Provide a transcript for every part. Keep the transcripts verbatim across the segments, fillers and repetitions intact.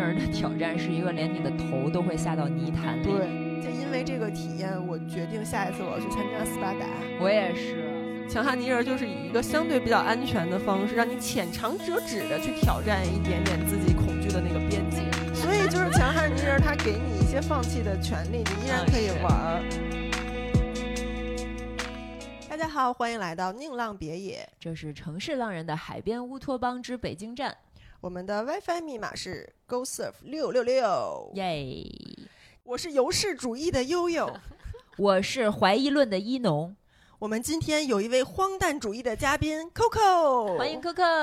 儿的挑战是一个连你的头都会下到泥潭里。 对，就因为这个体验，我决定下一次我要去参加斯巴达。 我也是。 强悍泥人就是以一个相对比较安全的方式，让你浅尝辄止的去挑战一点点自己恐惧的那个边界。所以就是强悍泥人，他给你一些放弃的权利，你依然可以玩。大家好，欢迎来到宁浪别野， 这是城市浪人的海边乌托邦之北京站。 我们的 WiFi 密码是 GoSurf 六六六， 耶！ 我是游氏主义的悠悠， 我是怀疑论的一农。 我们今天有一位荒诞主义的嘉宾 Coco， 欢迎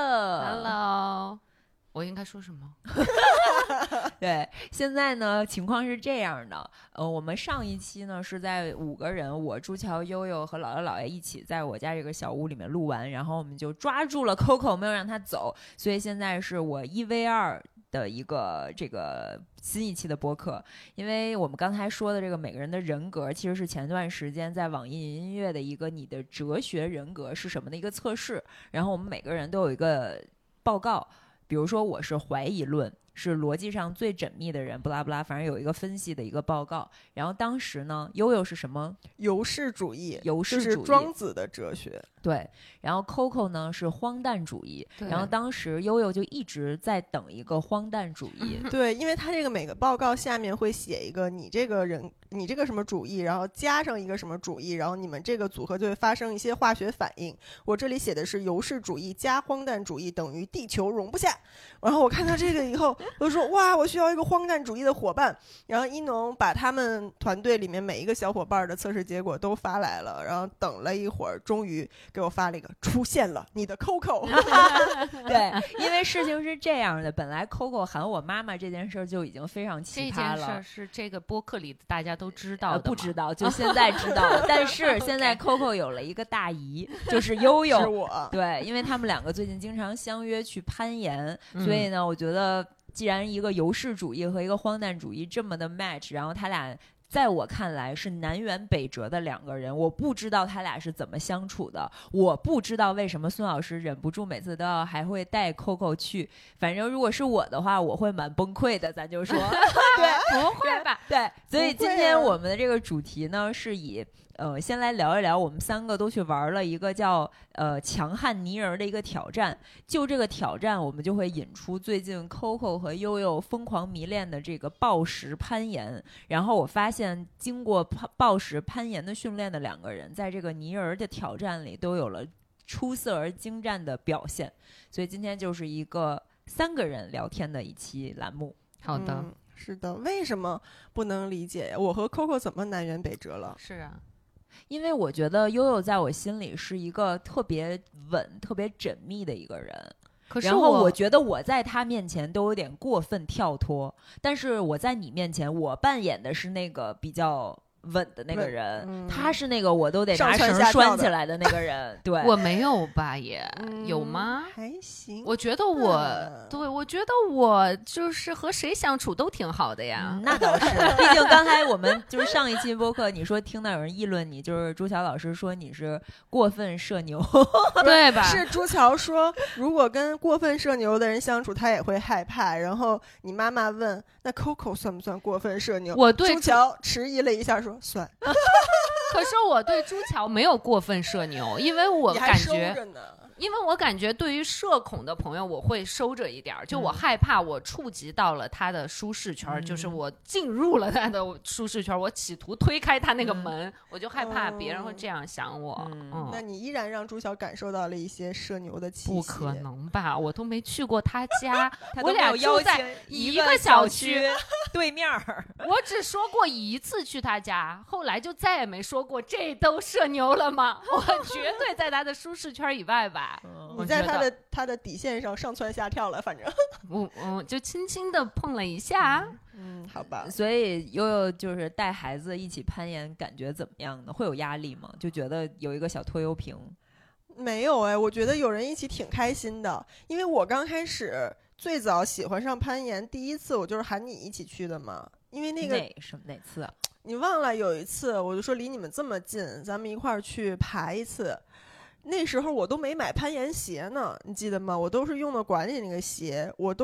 Coco。Hello， 我应该说什么？ 对，现在呢情况是这样的，呃，我们上一期呢是在五个人，我朱乔、悠悠和姥姥姥爷一起在我家这个小屋里面录完，然后我们就抓住了 Coco， 没有让他走，所以现在是我一 v 二的一个这个新一期的播客。因为我们刚才说的这个每个人的人格其实是前段时间在网易音乐的一个你的哲学人格是什么的一个测试，然后我们每个人都有一个报告，比如说我是怀疑论，是逻辑上最缜密的人，不拉不拉，反正有一个分析的一个报告。然后当时呢，悠悠是什么？ 游氏主义， 游氏主义就是庄子的哲学。 对，然后 Coco 呢是荒诞主义，然后当时悠悠就一直在等一个荒诞主义。 对，因为他这个每个报告下面会写一个你这个人，你这个什么主义，然后加上一个什么主义，然后你们这个组合就会发生一些化学反应。我这里写的是游氏主义加荒诞主义等于地球容不下。然后我看到这个以后，我就说哇，我需要一个荒诞主义的伙伴。然后一农把他们团队里面每一个小伙伴的测试结果都发来了，然后等了一会儿，终于给我发了一个出现了你的 Coco。 对，因为事情是这样的，本来 Coco 喊我妈妈这件事就已经非常奇葩了。 这件事是这个播客里大家都知道的、呃、 不知道，就现在知道了。但是现在 Coco 有了一个大姨，就是悠悠， 是我。 对，因为他们两个最近经常相约去攀岩、嗯、所以呢我觉得既然一个游氏主义和一个荒诞主义这么的 match， 然后他俩在我看来是南辕北辙的两个人，我不知道他俩是怎么相处的，我不知道为什么孙老师忍不住每次都要还会带 Coco 去，反正如果是我的话我会蛮崩溃的，咱就说对，不会吧？ 对，所以今天我们的这个主题呢是以呃，先来聊一聊我们三个都去玩了一个叫呃强悍泥人的一个挑战。就这个挑战我们就会引出最近 Coco 和悠悠疯狂迷恋的这个抱石攀岩，然后我发现经过抱石攀岩的训练的两个人在这个泥人的挑战里都有了出色而精湛的表现，所以今天就是一个三个人聊天的一期栏目。 好的、 嗯、是的，为什么不能理解呀？我和 Coco 怎么南辕北辙了？ 是啊， 因为我觉得悠悠在我心里是一个特别稳特别缜密的一个人， 可是然后我觉得我在他面前都有点过分跳脱，但是我在你面前我扮演的是那个比较稳的那个人、嗯、他是那个我都得拿绳拴起来的那个人。对， 我没有吧也、嗯、有吗？ 还行， 我觉得我、嗯、对我觉得我就是和谁相处都挺好的呀、 嗯、那倒是毕竟刚才我们就是上一期播客你说听到有人议论你，就是朱乔老师说你是过分社牛对吧？ 是朱乔说如果跟过分社牛的人相处他也会害怕，然后你妈妈问那 Coco 算不算过分社牛， 我对朱乔迟疑了一下说算可是我对朱乔没有过分社牛，因为我感觉因为我感觉对于社恐的朋友我会收着一点，就我害怕我触及到了他的舒适圈、嗯、就是我进入了他的舒适圈，我企图推开他那个门、嗯、我就害怕别人会这样想我、 嗯嗯、 那你依然让朱晓感受到了一些社牛的气息。 不可能吧，我都没去过他家他我俩住在一个小区对面我只说过一次去他家，后来就再也没说过，这都社牛了吗？我绝对在他的舒适圈以外吧。 嗯、 你在他的他的底线上上蹿下跳了，反正我我就轻轻的碰了一下。 嗯，好吧。 所以悠悠就是带孩子一起攀岩，感觉怎么样呢？会有压力吗？就觉得有一个小拖油瓶？ 没有哎，我觉得有人一起挺开心的，因为我刚开始最早喜欢上攀岩，第一次我就是喊你一起去的嘛，因为那个哪什么哪次啊？ 你忘了有一次我就说离你们这么近，咱们一块儿去爬一次。那时候我都没买攀岩鞋呢，你记得吗？我都是用的馆里那个鞋，我都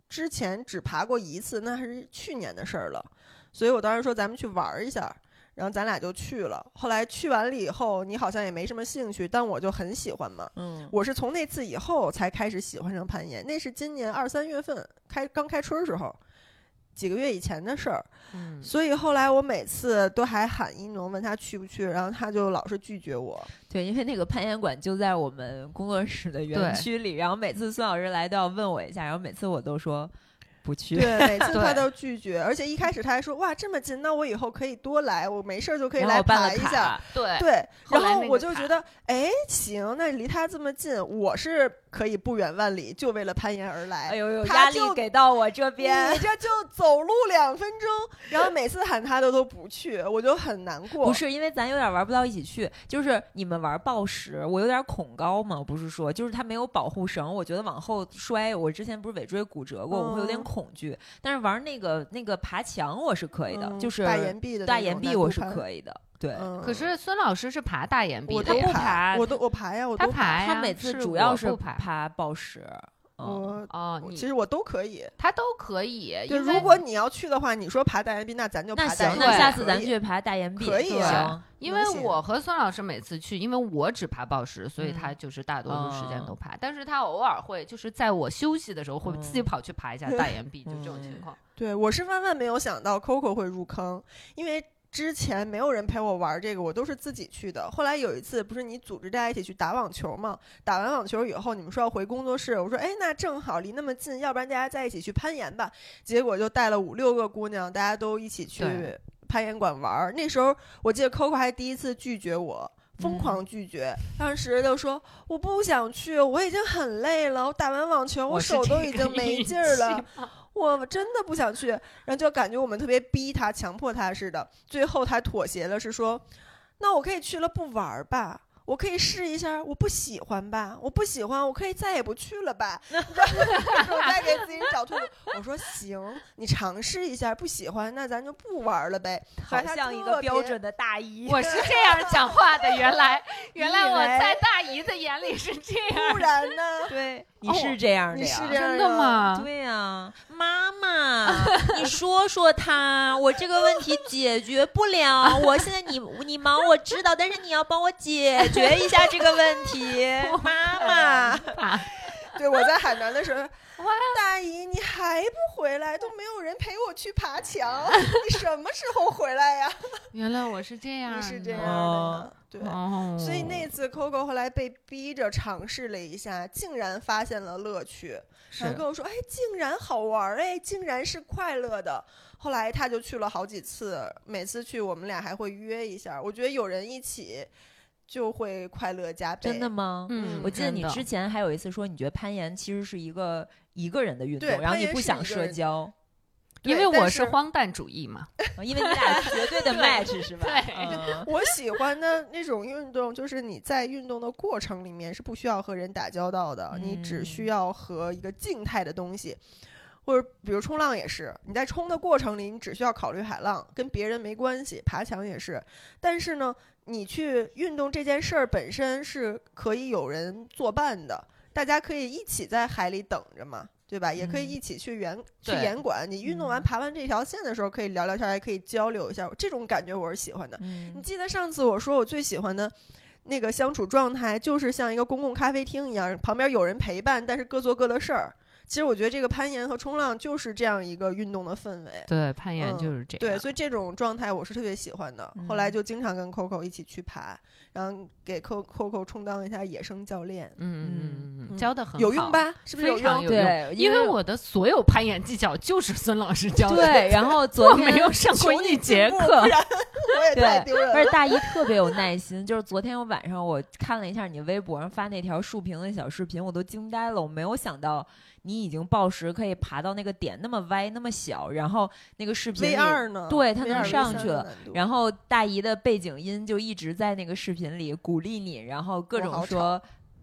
之前只爬过一次，那还是去年的事儿了，所以我当时说咱们去玩一下，然后咱俩就去了。后来去完了以后，你好像也没什么兴趣，但我就很喜欢嘛。 嗯， 我是从那次以后才开始喜欢上攀岩，那是今年二三月份开刚开春时候，几个月以前的事儿。 嗯， 所以后来我每次都还喊一农问他去不去，然后他就老是拒绝我。 对，因为那个攀岩馆就在我们工作室的园区里，然后每次孙老师来都要问我一下，然后每次我都说不去。 对，每次他都拒绝，而且一开始他还说哇这么近，那我以后可以多来，我没事就可以来爬一下。 对对，然后我就觉得哎行，那离他这么近，我是可以不远万里就为了攀岩而来。 哎呦呦，压力给到我这边， 你这就走路两分钟，然后每次喊他的都不去，我就很难过。 不是因为咱有点玩不到一起去，就是你们玩抱石，我有点恐高嘛，不是说就是他没有保护绳，我觉得往后摔，我之前不是尾椎骨折过，嗯、我会有点恐惧。但是玩那个那个爬墙我是可以的， 嗯、 就是大岩壁的大岩壁我是可以的。对、 嗯， 可是孙老师是爬大岩壁， 他不爬， 我都我爬呀，我都他爬呀， 他每次主要是爬爬抱石。 我哦， 其实我都可以， 他都可以。 对，如果你要去的话，你说爬大岩壁，那咱就爬大岩壁。 那行，那下次咱去爬大岩壁可以啊。 因为我和孙老师每次去，因为我只爬抱石，所以他就是大多数时间都爬。嗯、但是他偶尔会就是在我休息的时候，会自己跑去爬一下大岩壁， 嗯、 就这种情况。 对，我是万万没有想到 Coco 会入坑，因为之前没有人陪我玩这个，我都是自己去的。后来有一次，不是你组织大家一起去打网球吗？打完网球以后，你们说要回工作室，我说哎，那正好离那么近，要不然大家在一起去攀岩吧。结果就带了五六个姑娘，大家都一起去攀岩馆玩。那时候我记得 Coco 还第一次拒绝我。疯狂拒绝，嗯、当时就说我不想去，我已经很累了，我打完网球我手都已经没劲儿了，我真的不想去。然后就感觉我们特别逼他，强迫他似的。最后他妥协了，是说那我可以去了不玩吧，我可以试一下，我不喜欢吧，我不喜欢我可以再也不去了吧。我在给自己找退路。我说行，你尝试一下，不喜欢那咱就不玩了呗。 好像一个标准的大姨， 我是这样讲话的。原来原来我在大姨的眼里是这样， 不然呢？ 对，你是这样的呀？ 你是这样真的吗？ 对呀、啊，妈妈，你说说他，我这个问题解决不了。我现在你你忙我知道，但是你要帮我解决一下这个问题，妈妈。 对，我在海南的时候，大姨你还不回来，都没有人陪我去爬墙，你什么时候回来呀？ 原来我是这样， 你是这样的呢。对、 哦， 所以那次 Coco 后来被逼着尝试了一下，竟然发现了乐趣，然后跟我说：“哎，竟然好玩，哎，竟然是快乐的。”后来他就去了好几次，每次去我们俩还会约一下。我觉得有人一起就会快乐加倍。 真的吗？ 嗯， 我记得你之前还有一次说，你觉得攀岩其实是一个一个人的运动，然后你不想社交。 因为我是荒诞主义嘛， 因为你俩绝对的 match 是吧？ 对、 嗯，我喜欢的那种运动就是你在运动的过程里面是不需要和人打交道的，嗯、你只需要和一个静态的东西，或者比如冲浪也是，你在冲的过程里你只需要考虑海浪，跟别人没关系。爬墙也是，但是呢，你去运动这件事儿本身是可以有人作伴的，大家可以一起在海里等着嘛。对吧？也可以一起去岩、嗯、去岩馆。你运动完爬完这条线的时候，可以聊聊天，还可以交流一下。这种感觉我是喜欢的。 嗯、 你记得上次我说我最喜欢的那个相处状态，就是像一个公共咖啡厅一样，旁边有人陪伴，但是各做各的事儿。其实我觉得这个攀岩和冲浪就是这样一个运动的氛围。 对，攀岩就是这样。 嗯、对，所以这种状态我是特别喜欢的。 嗯、 后来就经常跟 Coco 一起去爬，然后给 Coco 充当一下野生教练。 嗯嗯嗯，教的很好， 有用吧？是不是有用？ 对， 因为我的所有攀岩技巧就是孙老师教的。 对，然后昨天没有上过一节课。 我也太丢人了。 而且大姨特别有耐心，就是昨天晚上我看了一下你微博上发那条竖屏的小视频，我都惊呆了。我没有想到你已经抱石可以爬到那个点那么歪那么小，然后那个视频里 V 二 呢， 对它能上去了。然后后大姨的背景音就一直在那个视频里鼓励你，然后各种说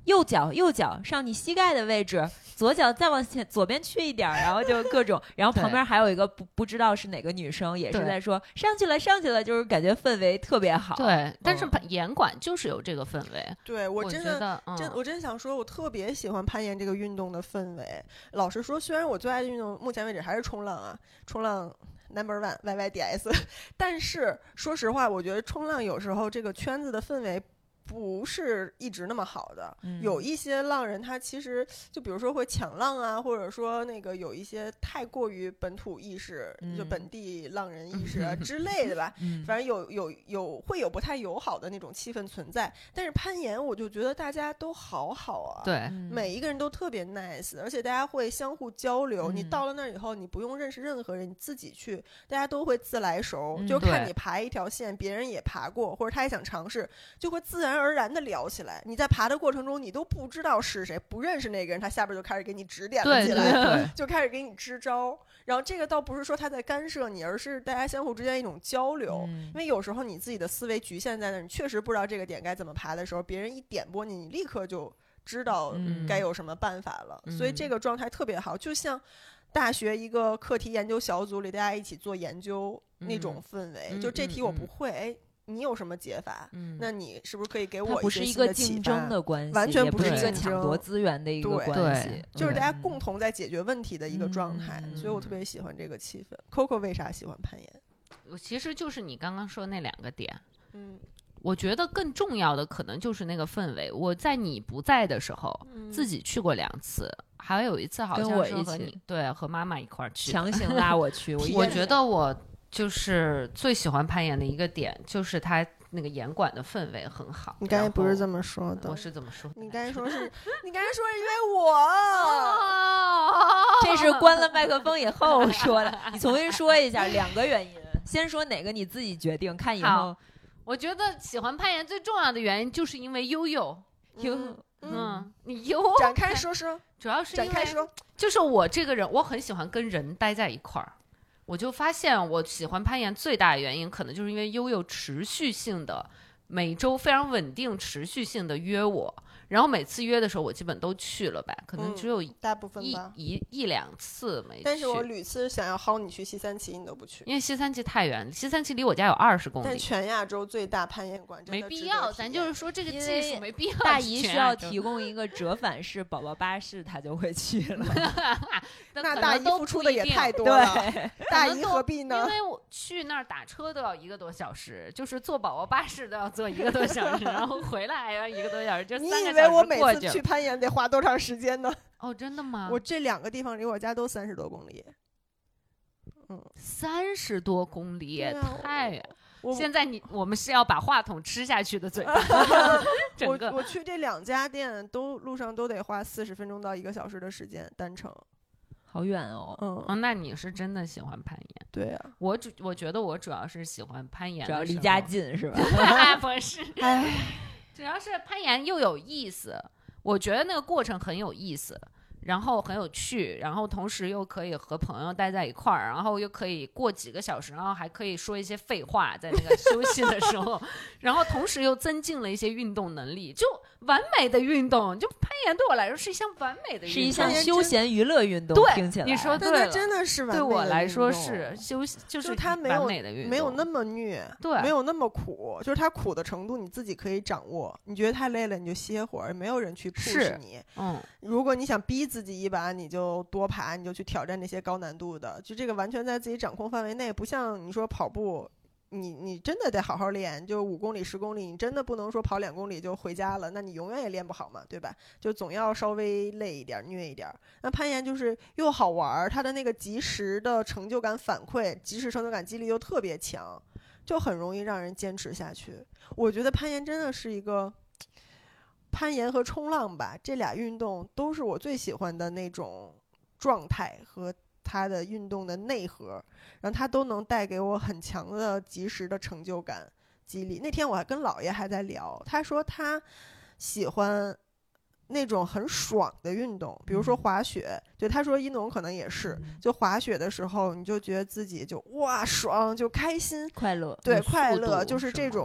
右脚右脚上你膝盖的位置，左脚再往前左边去一点，然后就各种，然后旁边还有一个不不知道是哪个女生也是在说上去了上去了，就是感觉氛围特别好。 对，但是岩馆就是有这个氛围。 对，我真的我觉得、嗯、 真我真想说，我特别喜欢攀岩这个运动的氛围。老实说，虽然我最爱的运动目前为止还是冲浪啊，冲浪。Number one Y Y D S， 但是说实话，我觉得冲浪有时候这个圈子的氛围不是一直那么好的、嗯、有一些浪人他其实就比如说会抢浪啊，或者说那个有一些太过于本土意识、嗯、就本地浪人意识啊之类的吧、嗯、反正有有有会有不太友好的那种气氛存在。但是攀岩我就觉得大家都好好啊， 对， 每一个人都特别 nice， 而且大家会相互交流、嗯、你到了那以后你不用认识任何人，你自己去大家都会自来熟、嗯、就看你爬一条线别人也爬过或者他也想尝试，就会自然而然的聊起来。你在爬的过程中你都不知道是谁，不认识那个人，他下边就开始给你指点了起来， 对对对就开始给你支招。然后这个倒不是说他在干涉你，而是大家相互之间一种交流、嗯、因为有时候你自己的思维局限在那，你确实不知道这个点该怎么爬的时候，别人一点拨你，你立刻就知道该有什么办法了、嗯、所以这个状态特别好，就像大学一个课题研究小组里大家一起做研究那种氛围、嗯、就这题我不会、嗯嗯你有什么解法、嗯、那你是不是可以给我一些新的启发？ 它不是一个竞争的关系， 完全不是一个抢夺资源的一个关系， 就是大家共同在解决问题的一个状态、嗯、所以我特别喜欢这个气氛。 Coco 为啥喜欢攀岩？ 我其实就是你刚刚说的那两个点， 嗯， 我觉得更重要的可能就是那个氛围。我在你不在的时候、嗯、自己去过两次，还有一次好像是和你对和妈妈一块儿去， 强行拉我去。我我觉得我就是最喜欢攀岩的一个点，就是它那个岩馆的氛围很好。 你刚才不是这么说的， 我是怎么说的？ 你刚才说是，你刚才说是因为我， 这是关了麦克风以后说的。你重新说一下两个原因，先说哪个你自己决定，看以后。 我觉得喜欢攀岩最重要的原因就是因为悠悠，悠嗯， 嗯你悠展开说说， 主要是因为展开说， 就是我这个人，我很喜欢跟人待在一块儿。我就发现我喜欢攀岩最大的原因可能就是因为悠悠持续性的每周非常稳定持续性的约我，然后每次约的时候我基本都去了吧，可能只有一、 嗯、大部分吧一一一两次没去。 但是我屡次想要薅你去西三旗你都不去， 因为西三旗太远，西三旗离我家有二十公里， 但全亚洲最大攀岩馆没必要，咱就是说这个技术没必要。 大姨需要提供一个折返式宝宝巴士他就会去了那大姨付出的也太多了，大姨何必呢？ 因为我去那儿打车都要一个多小时，就是坐宝宝巴士都要坐一个多小时然后回来还要一个多小时，就三个小时过去了。 你以为我每次去攀岩得花多长时间呢？ 哦，真的吗？ 我这两个地方离我家都三十多公里。 嗯，三十多公里也太远。 啊、 现在你我们是要把话筒吃下去的嘴巴。整个我我去这两家店都路上都得花四十分钟到一个小时的时间单程。 好远哦， 嗯、 哦，那你是真的喜欢攀岩？ 对啊， 我主我觉得我主要是喜欢攀岩， 主要离家近是吧？ 不是，主要是攀岩又有意思，我觉得那个过程很有意思，然后很有趣，然后同时又可以和朋友待在一块儿，然后又可以过几个小时，然后还可以说一些废话，在那个休息的时候，然后同时又增进了一些运动能力，就完美的运动。就攀岩对我来说是一项完美的运动， 是一项休闲娱乐运动。 对， 听起来你说对了， 真的是完美的对我来说是休息，就是它没有完美的运动， 没有那么虐， 对， 没有那么苦，就是它苦的程度你自己可以掌握。你觉得太累了，你就歇会儿，没有人去 push 你。 嗯， 如果你想逼自己一把，你就多爬，你就去挑战那些高难度的，就这个完全在自己掌控范围内。不像你说跑步。你你真的得好好练，就五公里十公里，你真的不能说跑两公里就回家了，那你永远也练不好嘛，对吧？就总要稍微累一点，虐一点。那攀岩就是又好玩，它的那个及时的成就感反馈，及时成就感激励又特别强，就很容易让人坚持下去。我觉得攀岩真的是一个，攀岩和冲浪吧，这俩运动都是我最喜欢的那种状态和它的运动的内核，然后它都能带给我很强的及时的成就感激励。那天我还跟姥爷还在聊，他说他喜欢那种很爽的运动，比如说滑雪，就他说一农可能也是，就滑雪的时候你就觉得自己就哇爽，就开心快乐， 对，快乐就是这种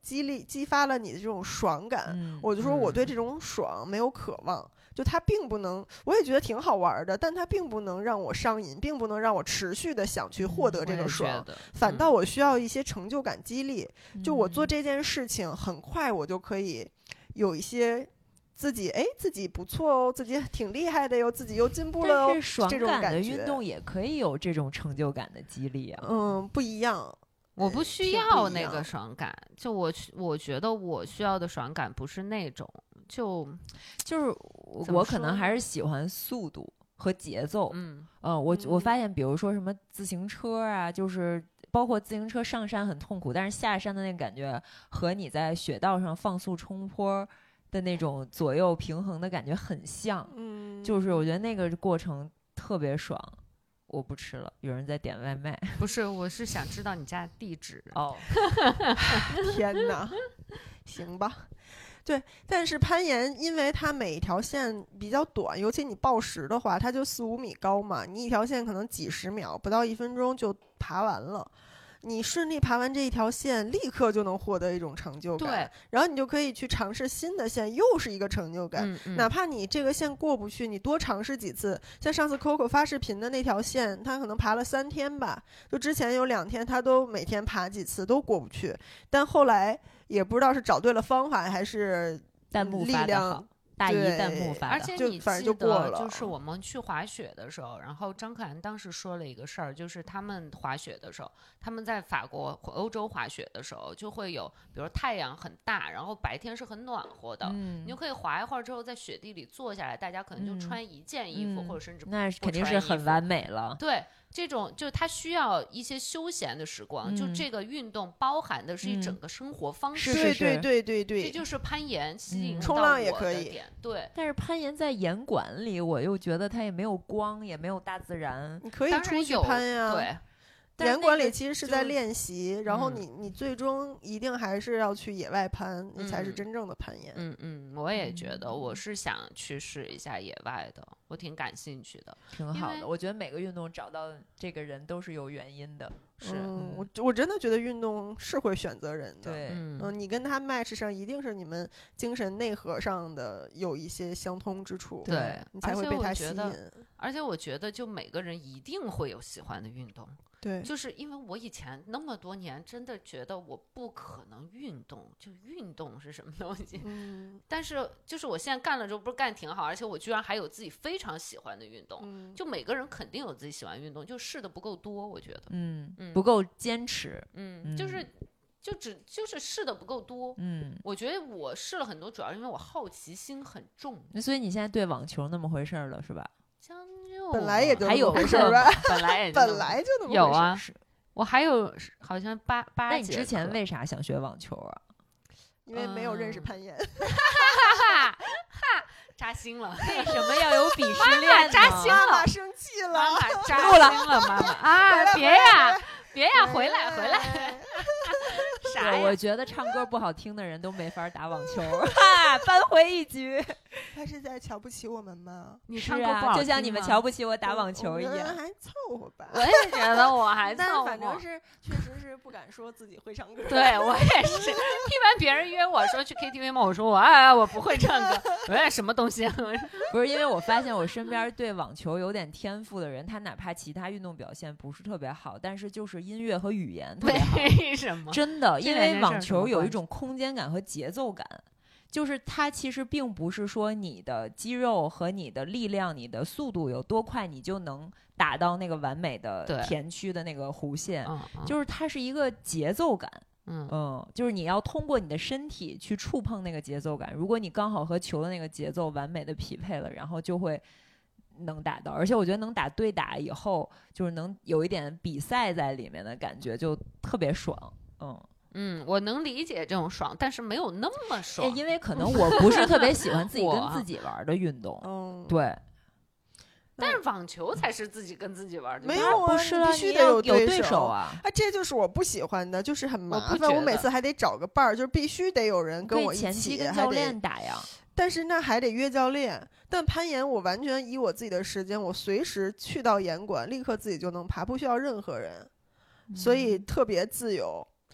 激励激发了你的这种爽感， 嗯、 我就说我对这种爽没有渴望。嗯，就它并不能，我也觉得挺好玩的，但它并不能让我上瘾，并不能让我持续的想去获得这个爽， 嗯、 反倒我需要一些成就感激励。嗯、就我做这件事情，很快我就可以有一些自己哎自己不错哦，自己挺厉害的哟，自己又进步了哦。 但是爽感的运动也可以有这种成就感的激励啊。 嗯，不一样。 我不需要那个爽感，就我我觉得我需要的爽感不是那种。就就是我可能还是喜欢速度和节奏， 嗯呃，我我发现，比如说什么自行车啊，就是包括自行车上山很痛苦，但是下山的那个感觉和你在雪道上放速冲坡的那种左右平衡的感觉很像， 嗯， 就是我觉得那个过程特别爽。我不吃了，有人在点外卖。 不是，我是想知道你家地址。 哦， 天哪，行吧。对，但是攀岩，因为它每一条线比较短，尤其你报时的话，它就四五米高嘛，你一条线可能几十秒，不到一分钟就爬完了。你顺利爬完这一条线，立刻就能获得一种成就感。 对， 然后你就可以去尝试新的线，又是一个成就感。 嗯嗯、 哪怕你这个线过不去，你多尝试几次。像上次 Coco 发视频的那条线，他可能爬了三天吧，就之前有两天他都每天爬几次都过不去，但后来也不知道是找对了方法还是弹幕力量。 大姨弹幕发的， 而且你记得就是我们去滑雪的时候，然后张可涵当时说了一个事儿，就是他们滑雪的时候，他们在法国、欧洲滑雪的时候，就会有，比如太阳很大，然后白天是很暖和的， 嗯、 你就可以滑一会儿之后，在雪地里坐下来，大家可能就穿一件衣服， 嗯、 或者甚至那肯定是很完美了。 对。这种就它需要一些休闲的时光， 嗯、 就这个运动包含的是一整个生活方式。 嗯、 对对对对对， 这就是攀岩吸引冲浪也可以。 对， 但是攀岩在岩馆里，我又觉得它也没有光，也没有大自然。 你可以出去攀呀。 对。 岩馆里其实是在练习，然后你你最终一定还是要去野外攀，你才是真正的攀岩。 嗯嗯，我也觉得，我是想去试一下野外的，我挺感兴趣的， 挺好的。我觉得每个运动找到这个人都是有原因的。 是，嗯、我我真的觉得运动是会选择人的。 对， 嗯、呃，你跟他 match 上，一定是你们精神内核上的有一些相通之处， 对， 你才会被他吸引。 而且我觉得，就每个人一定会有喜欢的运动。 对， 就是因为我以前那么多年真的觉得我不可能运动，就运动是什么东西？ 嗯， 但是就是我现在干了之后，不是干挺好，而且我居然还有自己非常喜欢的运动。 嗯， 就每个人肯定有自己喜欢运动，就试的不够多，我觉得， 嗯， 嗯不够坚持， 嗯，嗯就是就只就是试的不够多。 嗯， 我觉得我试了很多，主要是因为我好奇心很重。 那所以你现在对网球那么回事了，是吧？ 将就本来也就还有回事吧， 本来也本来就那么回事。 有啊，我还有好像八八节。 那你之前为啥想学网球啊？ 因为没有认识攀岩。 哈哈哈，扎心了。 为什么要有鄙视链呢？ 扎心了， 妈妈生气了， 妈妈扎心了，妈妈啊，别呀，别呀，回来回来。啥呀？ 我觉得唱歌不好听的人都没法打网球，哈，扳回一局。 他是在瞧不起我们吗？ 你唱歌不好听吗？ 就像你们瞧不起我打网球一样， 还凑合吧。 我也觉得我还凑合， 但反正是确实是不敢说自己会唱歌。 对我也是，一般别人约我说去 K T V 嘛，我说我哎我不会唱歌，我说什么东西啊？ 不是因为我发现我身边对网球有点天赋的人，他哪怕其他运动表现不是特别好，但是就是音乐和语言特别好。 为什么？ 真的，因为网球有一种空间感和节奏感。就是它其实并不是说你的肌肉和你的力量、你的速度有多快，你就能打到那个完美的田区的那个弧线。 嗯嗯、 就是它是一个节奏感， 嗯嗯，就是你要通过你的身体去触碰那个节奏感。如果你刚好和球的那个节奏完美的匹配了，然后就会能打到。而且我觉得能打对打以后，就是能有一点比赛在里面的感觉，就特别爽，嗯。 嗯，我能理解这种爽，但是没有那么爽， 因为可能我不是特别喜欢自己跟自己玩的运动。 嗯， 对。 但是网球才是自己跟自己玩的， 没有啊， 不是啊， 必须得有对手, 手啊！ 啊，这就是我不喜欢的，就是很麻烦， 我, 我每次还得找个伴儿，就是必须得有人跟我一起， 前期跟教练打呀。 但是那还得约教练。但攀岩我完全以我自己的时间，我随时去到岩馆，立刻自己就能爬，不需要任何人，所以特别自由。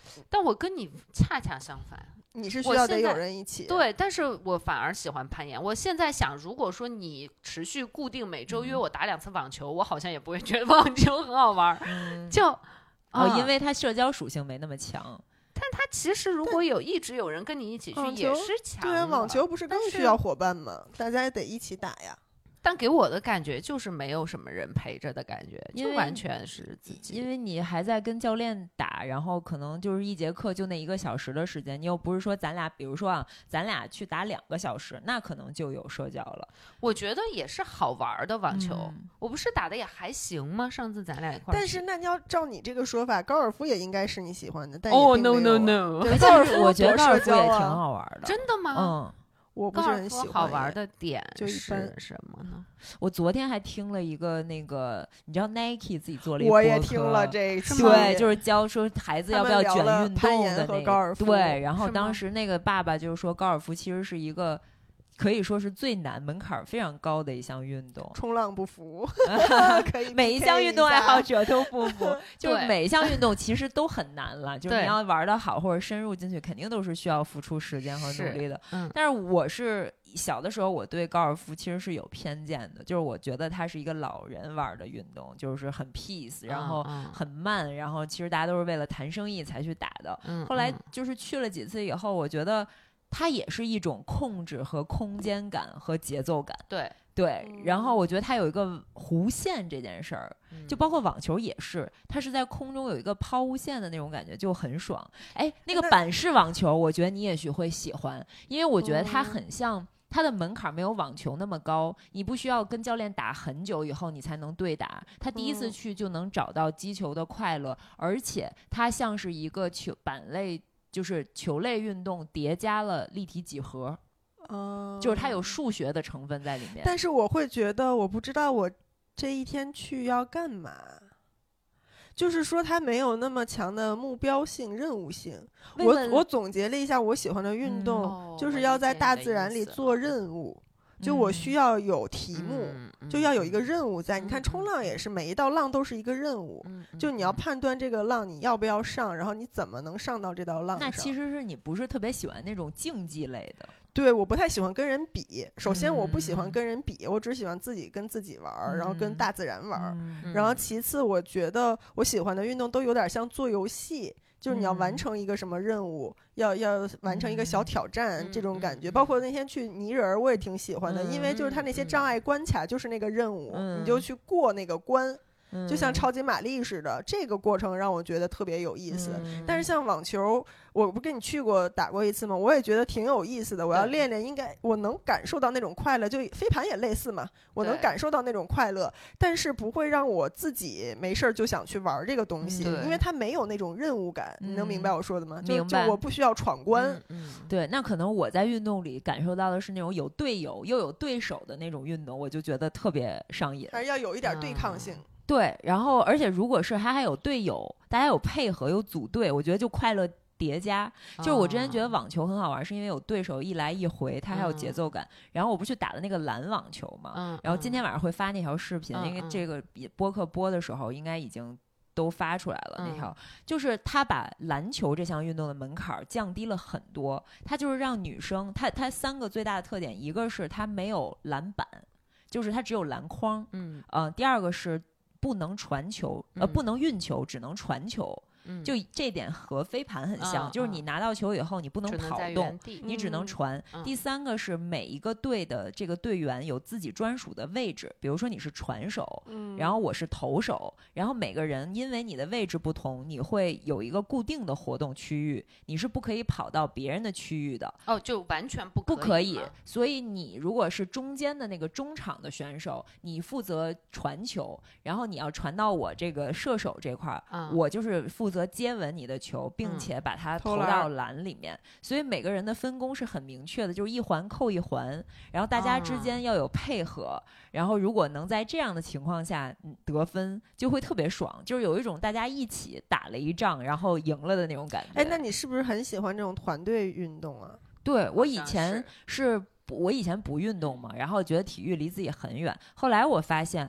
但我跟你恰恰相反。 你是需要得有人一起， 对，但是我反而喜欢攀岩。我现在想，如果说你持续固定每周约我打两次网球，嗯、我好像也不会觉得网球很好玩，嗯、就哦、 啊，因为它社交属性没那么强。 但它其实如果有一直有人跟你一起去，也是强。 对啊，网球不是更需要伙伴吗？大家也得一起打呀。 但给我的感觉就是没有什么人陪着的感觉，就完全是自己。 因为你还在跟教练打，然后可能就是一节课就那一个小时的时间，你又不是说咱俩，比如说啊，咱俩去打两个小时，那可能就有社交了。 我觉得也是好玩的网球，嗯、我不是打的也还行吗？上次咱俩一块儿。 但是那你要照你这个说法，高尔夫也应该是你喜欢的，但哦、oh, no no no， 对，高尔夫我觉得高尔夫也挺好玩的。 真的吗？ 嗯。 我不是很喜欢。 好玩的点是什么呢？ 我昨天还听了一个那个，你知道 Nike 自己做了一个， 我也听了这个， 对，就是教说孩子要不要卷运动的那个， 对。然后当时那个爸爸就是说，高尔夫其实是一个可以说是最难、门槛非常高的一项运动。 冲浪不服，可以每一项运动爱好者都不服，就是每一项运动其实都很难了。就是你要玩得好或者深入进去，肯定都是需要付出时间和努力的。 嗯、 但是我是小的时候，我对高尔夫其实是有偏见的，就是我觉得它是一个老人玩的运动，就是很 peace， 然后很慢，然后其实大家都是为了谈生意才去打的。 嗯、 后来就是去了几次以后，我觉得它也是一种控制和空间感和节奏感。 对对，然后我觉得它有一个弧线这件事儿，就包括网球也是，它是在空中有一个抛物线的那种感觉，就很爽。哎，那个板式网球，我觉得你也许会喜欢，因为我觉得它很像。它的门槛没有网球那么高，你不需要跟教练打很久以后你才能对打，他第一次去就能找到击球的快乐，而且它像是一个球板类，就是球类运动叠加了立体几何， 嗯， 就是它有数学的成分在里面。 但是我会觉得，我不知道我这一天去要干嘛。就是说它没有那么强的目标性、任务性。我我总结了一下我喜欢的运动， 嗯、 就是要在大自然里做任务。 嗯、 就我需要有题目， 嗯、 就要有一个任务在。嗯、你看冲浪也是，每一道浪都是一个任务。 嗯、 就你要判断这个浪你要不要上，然后你怎么能上到这道浪上。 那其实是你不是特别喜欢那种竞技类的。 对，我不太喜欢跟人比。首先我不喜欢跟人比，嗯、我只喜欢自己跟自己玩，嗯、然后跟大自然玩。 嗯、 然后其次我觉得我喜欢的运动都有点像做游戏，就是你要完成一个什么任务，嗯、要要完成一个小挑战，嗯、这种感觉。包括那天去泥人我也挺喜欢的， 嗯、 因为就是它那些障碍关卡就是那个任务， 嗯、 你就去过那个关。 嗯、 就像超级玛丽似的，这个过程让我觉得特别有意思。 嗯、 但是像网球，我不跟你去过打过一次吗？我也觉得挺有意思的。我要练练，应该我能感受到那种快乐。就飞盘也类似嘛，我能感受到那种快乐，但是不会让我自己没事就想去玩这个东西， 嗯、 因为它没有那种任务感。 嗯、 你能明白我说的吗？ 明白。 就, 就我不需要闯关。 嗯嗯、 对，那可能我在运动里感受到的是那种有队友又有对手的那种运动，我就觉得特别上瘾。 还是要有一点对抗性。 嗯对，然后而且如果是他还有队友，大家有配合有组队，我觉得就快乐叠加。就是我之前觉得网球很好玩，是因为有对手一来一回，它还有节奏感。嗯、然后我不是去打的那个篮网球嘛， 嗯、 然后今天晚上会发那条视频， 嗯、 因为这个播客播的时候应该已经都发出来了。 嗯、 那条就是他把篮球这项运动的门槛降低了很多，他就是让女生，他他三个最大的特点，一个是他没有篮板，就是他只有篮筐， 嗯呃，第二个是不能传球，呃，不能运球，只能传球。 嗯、 就这点和飞盘很像， 嗯、 就是你拿到球以后，你不能跑动，你只能传。 嗯、 第三个是每一个队的这个队员有自己专属的位置，比如说你是传手， 嗯、 然后我是投手，然后每个人因为你的位置不同，你会有一个固定的活动区域，你是不可以跑到别人的区域的。 哦，就完全不可以不可以。所以你如果是中间的那个中场的选手，你负责传球，然后你要传到我这个射手这块儿， 嗯、 我就是负责接稳你的球，并且把它投到篮里面。 嗯、 所以每个人的分工是很明确的，就是一环扣一环，然后大家之间要有配合。 啊、 然后如果能在这样的情况下得分，就会特别爽，就是有一种大家一起打了一仗，然后赢了的那种感觉。 哎，那你是不是很喜欢这种团队运动啊？ 对，我以前是我以前不运动嘛，然后觉得体育离自己很远。后来我发现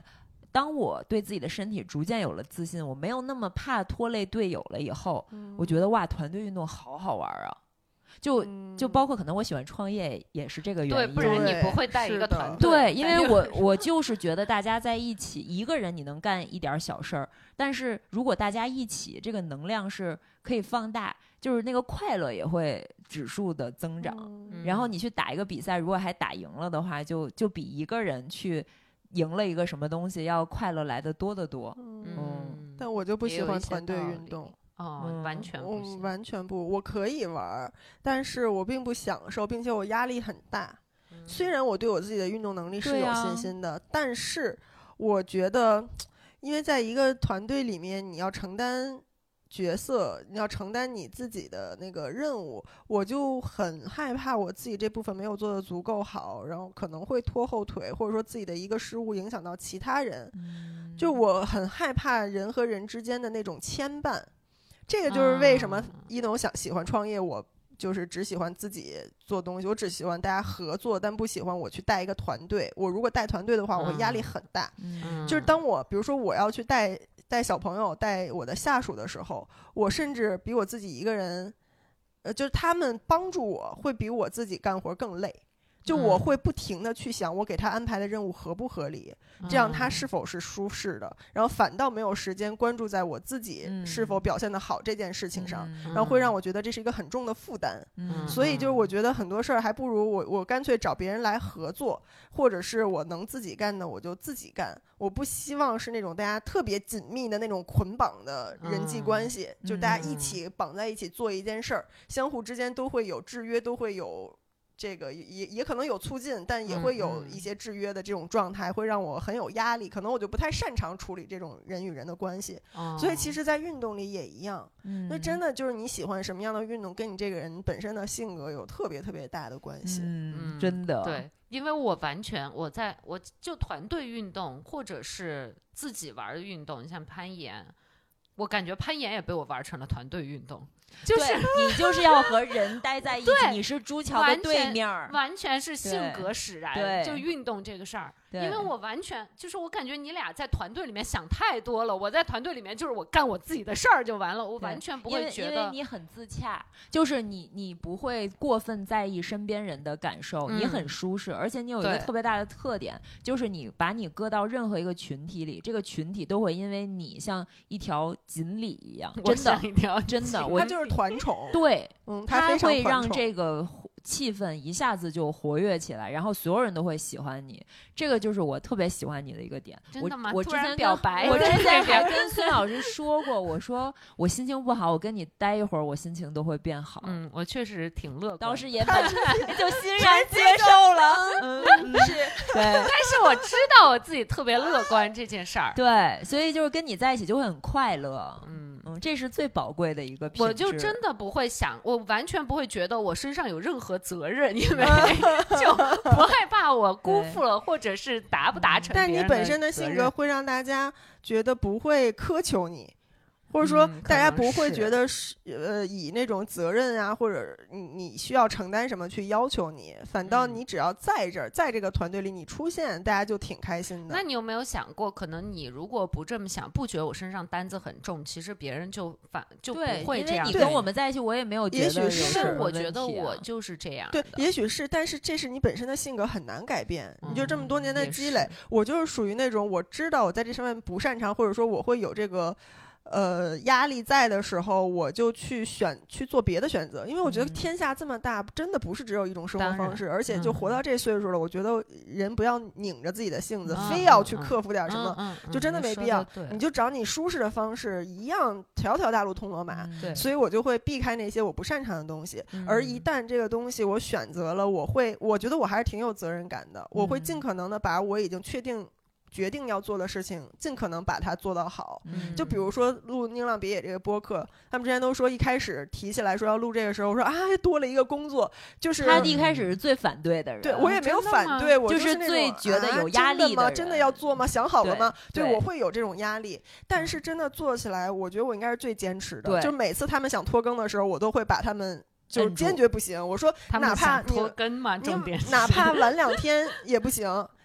当我对自己的身体逐渐有了自信，我没有那么怕拖累队友了以后，嗯、我觉得哇，团队运动好好玩啊！就就包括可能我喜欢创业也是这个原因， 对，不然你不会带一个团队。 对，因为我我就是觉得大家在一起，一个人你能干一点小事儿，但是如果大家一起，这个能量是可以放大，就是那个快乐也会指数的增长。嗯、然后你去打一个比赛，如果还打赢了的话，就就比一个人去赢了一个什么东西要快乐来得多得多。 嗯，嗯但我就不喜欢团队运动。 哦，嗯、完全不行， 我完全不，我可以玩，但是我并不享受，并且我压力很大。嗯、虽然我对我自己的运动能力是有信心的，啊、但是我觉得，因为在一个团队里面，你要承担角色，你要承担你自己的那个任务，我就很害怕我自己这部分没有做得足够好，然后可能会拖后腿，或者说自己的一个失误影响到其他人。嗯、就我很害怕人和人之间的那种牵绊。这个就是为什么一农想喜欢创业，我就是只喜欢自己做东西，我只喜欢大家合作，但不喜欢我去带一个团队。我如果带团队的话，我会压力很大。嗯、就是当我比如说我要去带带小朋友、带我的下属的时候，我甚至比我自己一个人，呃，就是他们帮助我会比我自己干活更累。就我会不停的去想我给他安排的任务合不合理，嗯、这样他是否是舒适的，然后反倒没有时间关注在我自己是否表现得好这件事情上，嗯、然后会让我觉得这是一个很重的负担。嗯、所以就是我觉得很多事儿还不如我我干脆找别人来合作，或者是我能自己干的我就自己干。我不希望是那种大家特别紧密的那种捆绑的人际关系，嗯、就大家一起绑在一起做一件事儿，相互之间都会有制约，都会有这个也也可能有促进，但也会有一些制约的这种状态，嗯、会让我很有压力。可能我就不太擅长处理这种人与人的关系，哦、所以其实，在运动里也一样。嗯，那真的就是你喜欢什么样的运动，跟你这个人本身的性格有特别特别大的关系。 嗯，真的。 对，因为我完全我在我就团队运动或者是自己玩的运动，像攀岩，我感觉攀岩也被我玩成了团队运动。 就是你就是要和人待在一起，你是朱桥的对面， 完全是性格使然，就运动这个事儿。因为我完全就是我感觉你俩在团队里面想太多了，我在团队里面就是我干我自己的事儿就完了，我完全不会觉得， 因为因为你很自洽，就是你你不会过分在意身边人的感受，嗯、你很舒适，而且你有一个特别大的特点，就是你把你搁到任何一个群体里，这个群体都会因为你像一条锦鲤一样，真的一条真的，我它就是团宠， 对， 嗯， 它非常会让这个气氛一下子就活跃起来，然后所有人都会喜欢你，这个就是我特别喜欢你的一个点。 真的吗？ 我我之前表白， 我之前还跟孙老师说过，我说我心情不好，我跟你待一会儿，我心情都会变好。 嗯，我确实挺乐观， 当时也本就欣然接受了。嗯，是，对。 但是我知道我自己特别乐观这件事儿， 对，所以就是跟你在一起就会很快乐。嗯。嗯，这是最宝贵的一个品质。 我就真的不会想，我完全不会觉得我身上有任何责任，因为就不害怕我辜负了，或者是达不达成。 但你本身的性格会让大家觉得不会苛求你。或者说大家不会觉得是、嗯、呃以那种责任啊，或者你你需要承担什么去要求你，反倒你只要在这儿、嗯、在这个团队里你出现，大家就挺开心的。 那你有没有想过，可能你如果不这么想，不觉得我身上担子很重，其实别人就反就不会这样。 你跟我们在一起，我也没有觉得有什么问题、啊、 也许是， 我觉得我就是这样的。 对，也许是，但是这是你本身的性格很难改变，嗯、你就这么多年的积累。我就是属于那种我知道我在这上面不擅长，或者说我会有这个。呃，压力在的时候，我就去选去做别的选择，因为我觉得天下这么大，嗯、真的不是只有一种生活方式，而且就活到这岁数了，嗯、我觉得人不要拧着自己的性子，嗯、非要去克服点什么， 嗯嗯、 就真的没必要。 嗯、 你就找你舒适的方式，一样条条大路通罗马。 嗯、 所以我就会避开那些我不擅长的东西， 嗯、 而一旦这个东西我选择了，我会，我觉得我还是挺有责任感的，我会尽可能的把我已经确定。决定要做的事情尽可能把它做到好、嗯、就比如说录宁浪别野这个播客，他们之前都说一开始提起来说要录这个时候，我说啊多了一个工作，就是他一开始是最反对的人， 对我也没有反对，我就是最觉得有压力的人、啊、真的吗？真的要做吗？想好了吗？对，对我会有这种压力，但是真的做起来我觉得我应该是最坚持的，就每次他们想拖更的时候，我都会把他们就坚决不行，我说哪怕你拖更嘛，重点哪怕晚两天也不行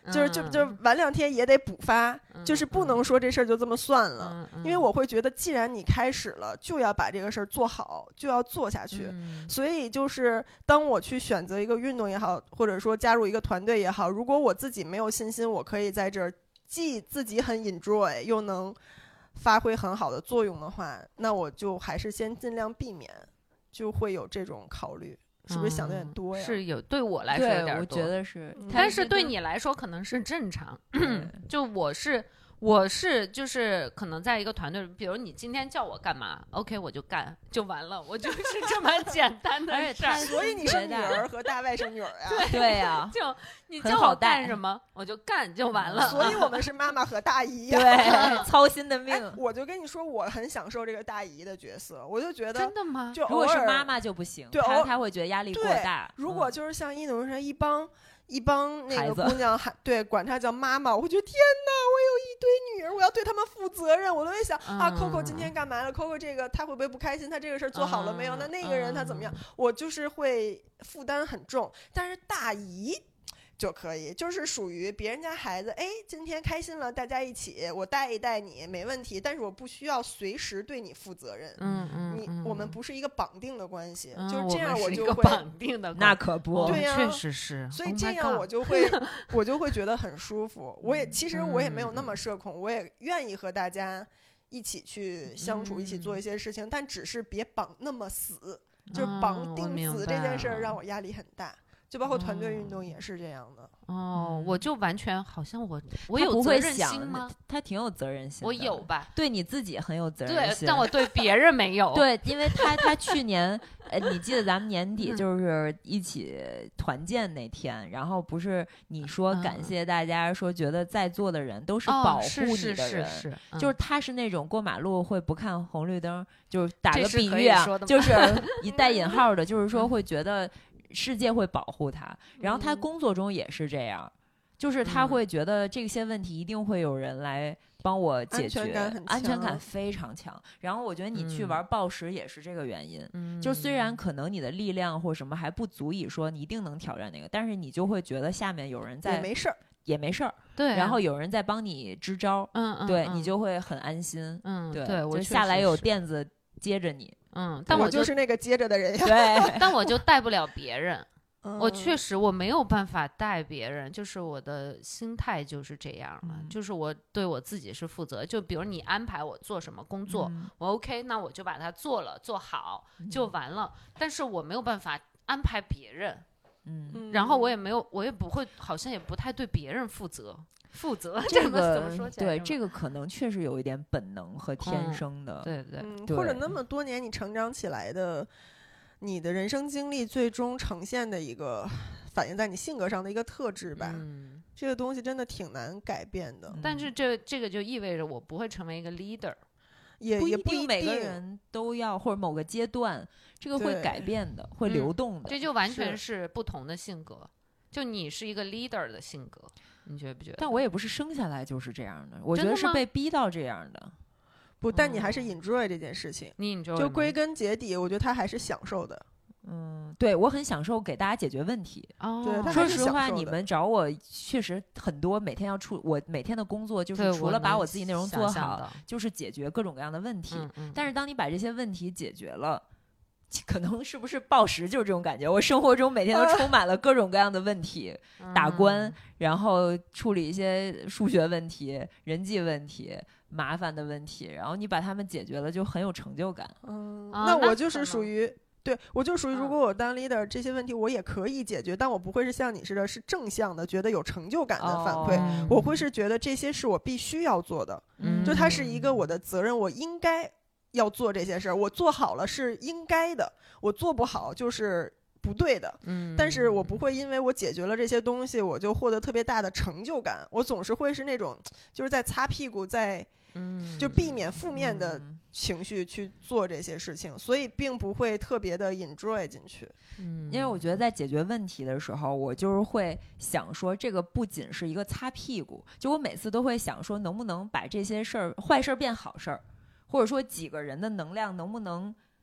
就是就就晚两天也得补发， 嗯、 就是不能说这事儿就这么算了、 嗯嗯， 因为我会觉得既然你开始了，就要把这个事儿做好，就要做下去、 嗯、 所以就是当我去选择一个运动也好，或者说加入一个团队也好，如果我自己没有信心我可以在这儿既自己很 enjoy 又能发挥很好的作用的话，那我就还是先尽量避免，就会有这种考虑。是不是想的有点多呀、 嗯、是有，对我来说有点多， 我觉得是， 但是对你来说可能是正常。就我是我是就是可能在一个团队，比如你今天叫我干嘛 ，OK 我就干就完了，我就是这么简单的事儿。 所以你是女儿和大外甥女儿啊？ 对呀、啊， 就你叫我干什么我就干就完了。 所以我们是妈妈和大姨呀、 啊，对，操心的命、 哎。我就跟你说，我很享受这个大姨的角色，我就觉得真的吗？ 就如果是妈妈就不行， 对， 她她会觉得压力过大。 如果就是像一农说一帮。一帮那个姑娘还对管她叫妈妈，我会觉得天哪，我有一堆女儿，我要对她们负责任。我都会想、嗯、啊 ，Coco 今天干嘛了 ？Coco 这个她会不会不开心？她这个事儿做好了没有？嗯、那那个人她怎么样？嗯、我就是会负担很重，但是大姨就可以，就是属于别人家孩子，哎，今天开心了，大家一起，我带一带你没问题，但是我不需要随时对你负责任。 嗯嗯， 你我们不是一个绑定的关系， 嗯、 就是这样，我就会绑定的， 那可不， 对呀、 确实是。 所以这样我就会， oh、我就会觉得很舒服。我也其实我也没有那么社恐，我也愿意和大家一起去相处， 嗯、 一起做一些事情，但只是别绑那么死，就是绑定死这件事儿让我压力很大。就包括团队运动也是这样的。 哦，我就完全好像我我有责任心吗？ 他挺有责任心的。 我有吧， 对你自己很有责任心， 对，但我对别人没有。 对，因为他他去年，呃，你记得咱们年底就是一起团建那天，嗯、然后不是你说感谢大家，说觉得在座的人都是保护你的人， 哦、是是是是嗯、 就是他是那种过马路会不看红绿灯，就是打个比喻啊，就是一带引号的，就是说会觉得。世界会保护他，然后他工作中也是这样，嗯、就是他会觉得这些问题一定会有人来帮我解决， 安全感很强， 安全感非常强。然后我觉得你去玩暴食也是这个原因， 嗯、 就虽然可能你的力量或什么还不足以说你一定能挑战那个，但是你就会觉得下面有人在也没事儿， 也没事儿， 对、啊， 然后有人在帮你支招， 嗯嗯， 对嗯你就会很安心， 嗯， 对， 对我就下来有垫子接着你， 嗯，但我就，就是那个接着的人呀， 对， 但我就带不了别人。 嗯、 我确实我没有办法带别人，就是我的心态就是这样了、嗯、就是我对我自己是负责，就比如你安排我做什么工作、嗯、我 OK 那我就把它做了做好就完了、嗯、但是我没有办法安排别人， 嗯， 然后我也没有我也不会好像也不太对别人负责负责这个怎么说起来对这个可能确实有一点本能和天生的、 嗯、对对、 嗯、或者那么多年你成长起来的你的人生经历最终呈现的一个反映在你性格上的一个特质吧、 嗯、 这个东西真的挺难改变的、 嗯、但是这这个就意味着我不会成为一个 leader， 也不也不一定每个人都要，或者某个阶段这个会改变的，会流动的、 嗯、这就完全是不同的性格，就你是一个 leader 的性格，你觉不觉得？ 但我也不是生下来就是这样的，我觉得是被逼到这样的。 不，但你还是 enjoy 这件事情， 你 enjoy 就归根结底，我觉得他还是享受的。 嗯，对，我很享受给大家解决问题。 哦， 对， 说实话，你们找我确实很多，每天要出，我每天的工作就是除了把我自己内容做好，就是解决各种各样的问题。 嗯嗯、 但是当你把这些问题解决了，可能是不是暴食就是这种感觉？我生活中每天都充满了各种各样的问题， 嗯、 打关，然后处理一些数学问题、人际问题。麻烦的问题，然后你把它们解决了，就很有成就感。 嗯， 啊、 那我就是属于，对我就属于， 嗯、 如果我当 leader，这些问题我也可以解决，但我不会是像你似的，是正向的，觉得有成就感的反馈。 哦、 我会是觉得这些是我必须要做的， 嗯、 就它是一个我的责任，我应该要做这些事儿，我做好了是应该的，我做不好就是不对的。 嗯， 但是我不会因为我解决了这些东西，我就获得特别大的成就感。我总是会是那种，就是在擦屁股，在。 嗯， 就避免负面的情绪去做这些事情，嗯、所以并不会特别的 enjoy 进去。 嗯， 因为我觉得在解决问题的时候，我就是会想说，这个不仅是一个擦屁股，就我每次都会想说，能不能把这些事儿坏事儿变好事儿，或者说几个人的能量能不能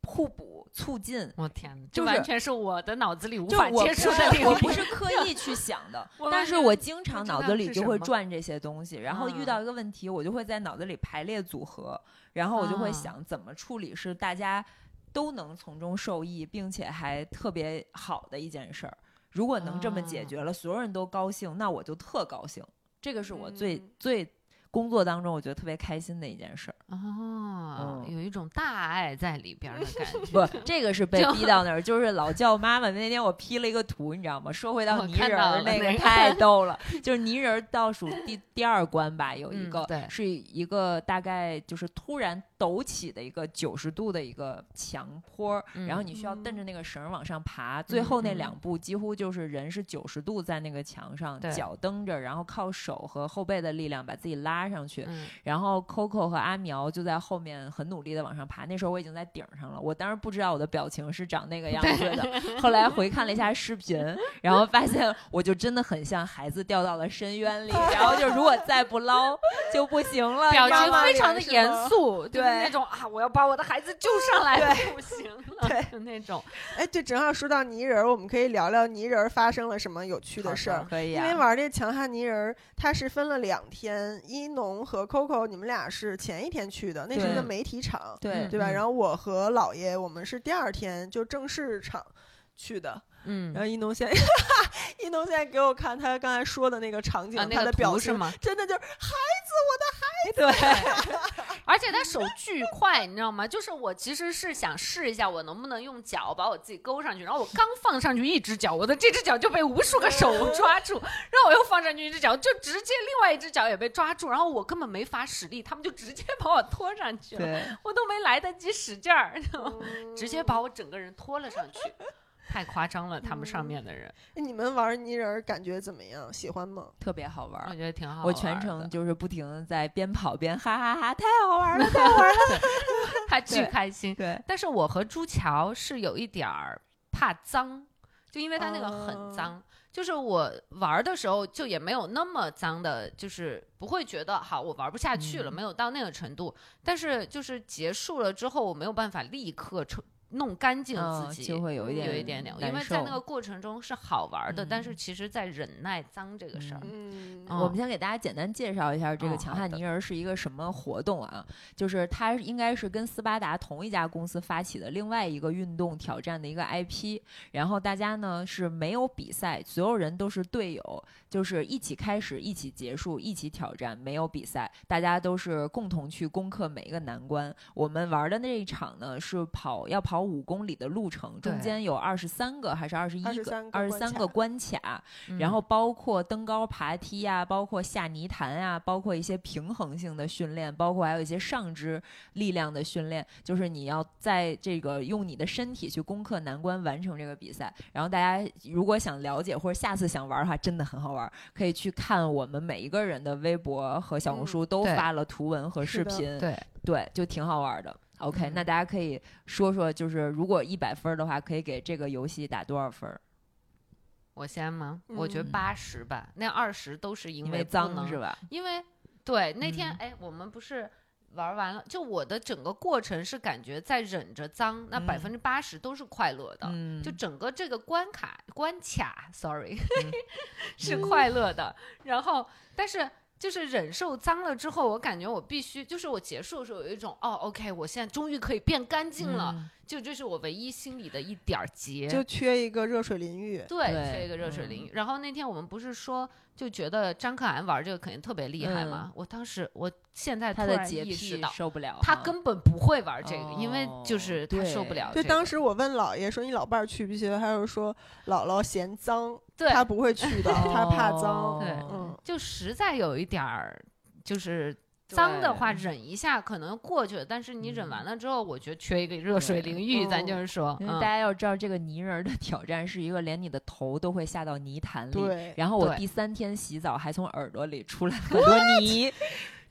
互补促进。 我天， 就是完全是我的脑子里无法接受的领域。 我不是刻意去想的，但是我经常脑子里就会转这些东西，然后遇到一个问题，我就会在脑子里排列组合，然后我就会想怎么处理是大家都能从中受益，并且还特别好的一件事儿。如果能这么解决了，啊、所有人都高兴，那我就特高兴。这个是我最、嗯、最工作当中我觉得特别开心的一件事儿。 哦、嗯，有一种大爱在里边的感觉。 不，这个是被逼到那儿，就是老叫妈妈。那天我 P 了一个图，你知道吗？说回到泥人那个太逗了，就是泥人倒数第第二关吧，有一个、 嗯、对， 是一个大概就是突然陡起的一个九十度的一个墙坡、嗯，然后你需要蹬着那个绳往上爬、嗯，最后那两步几乎就是人是九十度在那个墙上，脚蹬着，然后靠手和后背的力量把自己拉上去、嗯、然后 Coco 和阿苗就在后面很努力的往上爬。那时候我已经在顶上了，我当时不知道我的表情是长那个样子的，后来回看了一下视频，然后发现我就真的很像孩子掉到了深渊里，然后就如果再不捞就不行了， 表情非常的严肃，对，就是那种啊我要把我的孩子救上来不行了， 对那种。 哎，对，正好说到泥人，我们可以聊聊泥人发生了什么有趣的事儿。 可以、啊、 因为玩这强悍泥人它是分了两天，一农和 Coco 你们俩是前一天去的，那是一个媒体场， 对对吧、嗯、然后我和姥爷我们是第二天就正式场去的。 嗯， 然后一农现在一农现在给我看他刚才说的那个场景、啊、他的表情、 那个、 真的就是孩子我的孩子， 对而且他手巨快你知道吗，就是我其实是想试一下我能不能用脚把我自己勾上去，然后我刚放上去一只脚，我的这只脚就被无数个手抓住，然后我又放上去一只脚，就直接另外一只脚也被抓住，然后我根本没法使力，他们就直接把我拖上去了，我都没来得及使劲儿、嗯、直接把我整个人拖了上去，太夸张了，他们上面的人、 嗯、你们玩泥人感觉怎么样？喜欢吗？ 特别好玩， 我觉得挺好玩。 我全程就是不停的在边跑边哈哈哈，太好玩了，太好玩了， 他巨开心。 对， 但是我和朱乔是有一点儿怕脏，就因为他那个很脏、哦、就是我玩的时候就也没有那么脏的，就是不会觉得好我玩不下去了、嗯、没有到那个程度，但是就是结束了之后我没有办法立刻弄干净自己、 嗯、就会有一点有一点点，因为在那个过程中是好玩的、嗯、但是其实在忍耐脏这个事儿、 嗯嗯、我们先给大家简单介绍一下这个强悍泥人是一个什么活动啊、哦、就是它应该是跟斯巴达同一家公司发起的另外一个运动挑战的一个 I P， 然后大家呢是没有比赛，所有人都是队友，就是一起开始一起结束一起挑战，没有比赛，大家都是共同去攻克每一个难关。我们玩的那一场呢是跑要跑五公里的路程，中间有二十三个还是二十一个二十三个关卡、嗯、然后包括登高爬梯啊，包括下泥潭啊，包括一些平衡性的训练，包括还有一些上肢力量的训练，就是你要在这个用你的身体去攻克难关，完成这个比赛。然后大家如果想了解或者下次想玩的话，真的很好玩，可以去看我们每一个人的微博和小红书都发了图文和视频、 嗯、对对，就挺好玩的。OK、嗯、那大家可以说说，就是如果一百分的话，可以给这个游戏打多少分？ 我先吗？嗯、我觉得八十吧。那二十都是因为因为脏是吧？ 因为对那天、嗯、哎，我们不是玩完了，就我的整个过程是感觉在忍着脏，那百分之八十都是快乐的、嗯。就整个这个关卡关卡 ，sorry，、嗯、是快乐的。然后，但是。就是忍受脏了之后，我感觉我必须，就是我结束的时候有一种哦 ，OK， 我现在终于可以变干净了，嗯、就这是我唯一心里的一点结， 就缺一个热水淋浴， 对，缺一个热水淋浴、嗯。然后那天我们不是说就觉得张可涵玩这个肯定特别厉害嘛、嗯？我当时我现在突然意识到受不了， 他根本不会玩这个， 哦、 因为就是他受不了、这个。对，当时我问姥爷说你老伴儿去不去，他就说姥姥嫌脏。 对， 他不会去的，他怕脏。 对， 嗯， 就实在有一点儿，就是脏的话忍一下可能过去了，但是你忍完了之后，我觉得缺一个热水淋浴，咱就是说， 因为大家要知道，这个泥人的挑战是一个连你的头都会下到泥潭里。 对， 然后我第三天洗澡还从耳朵里出来很多泥。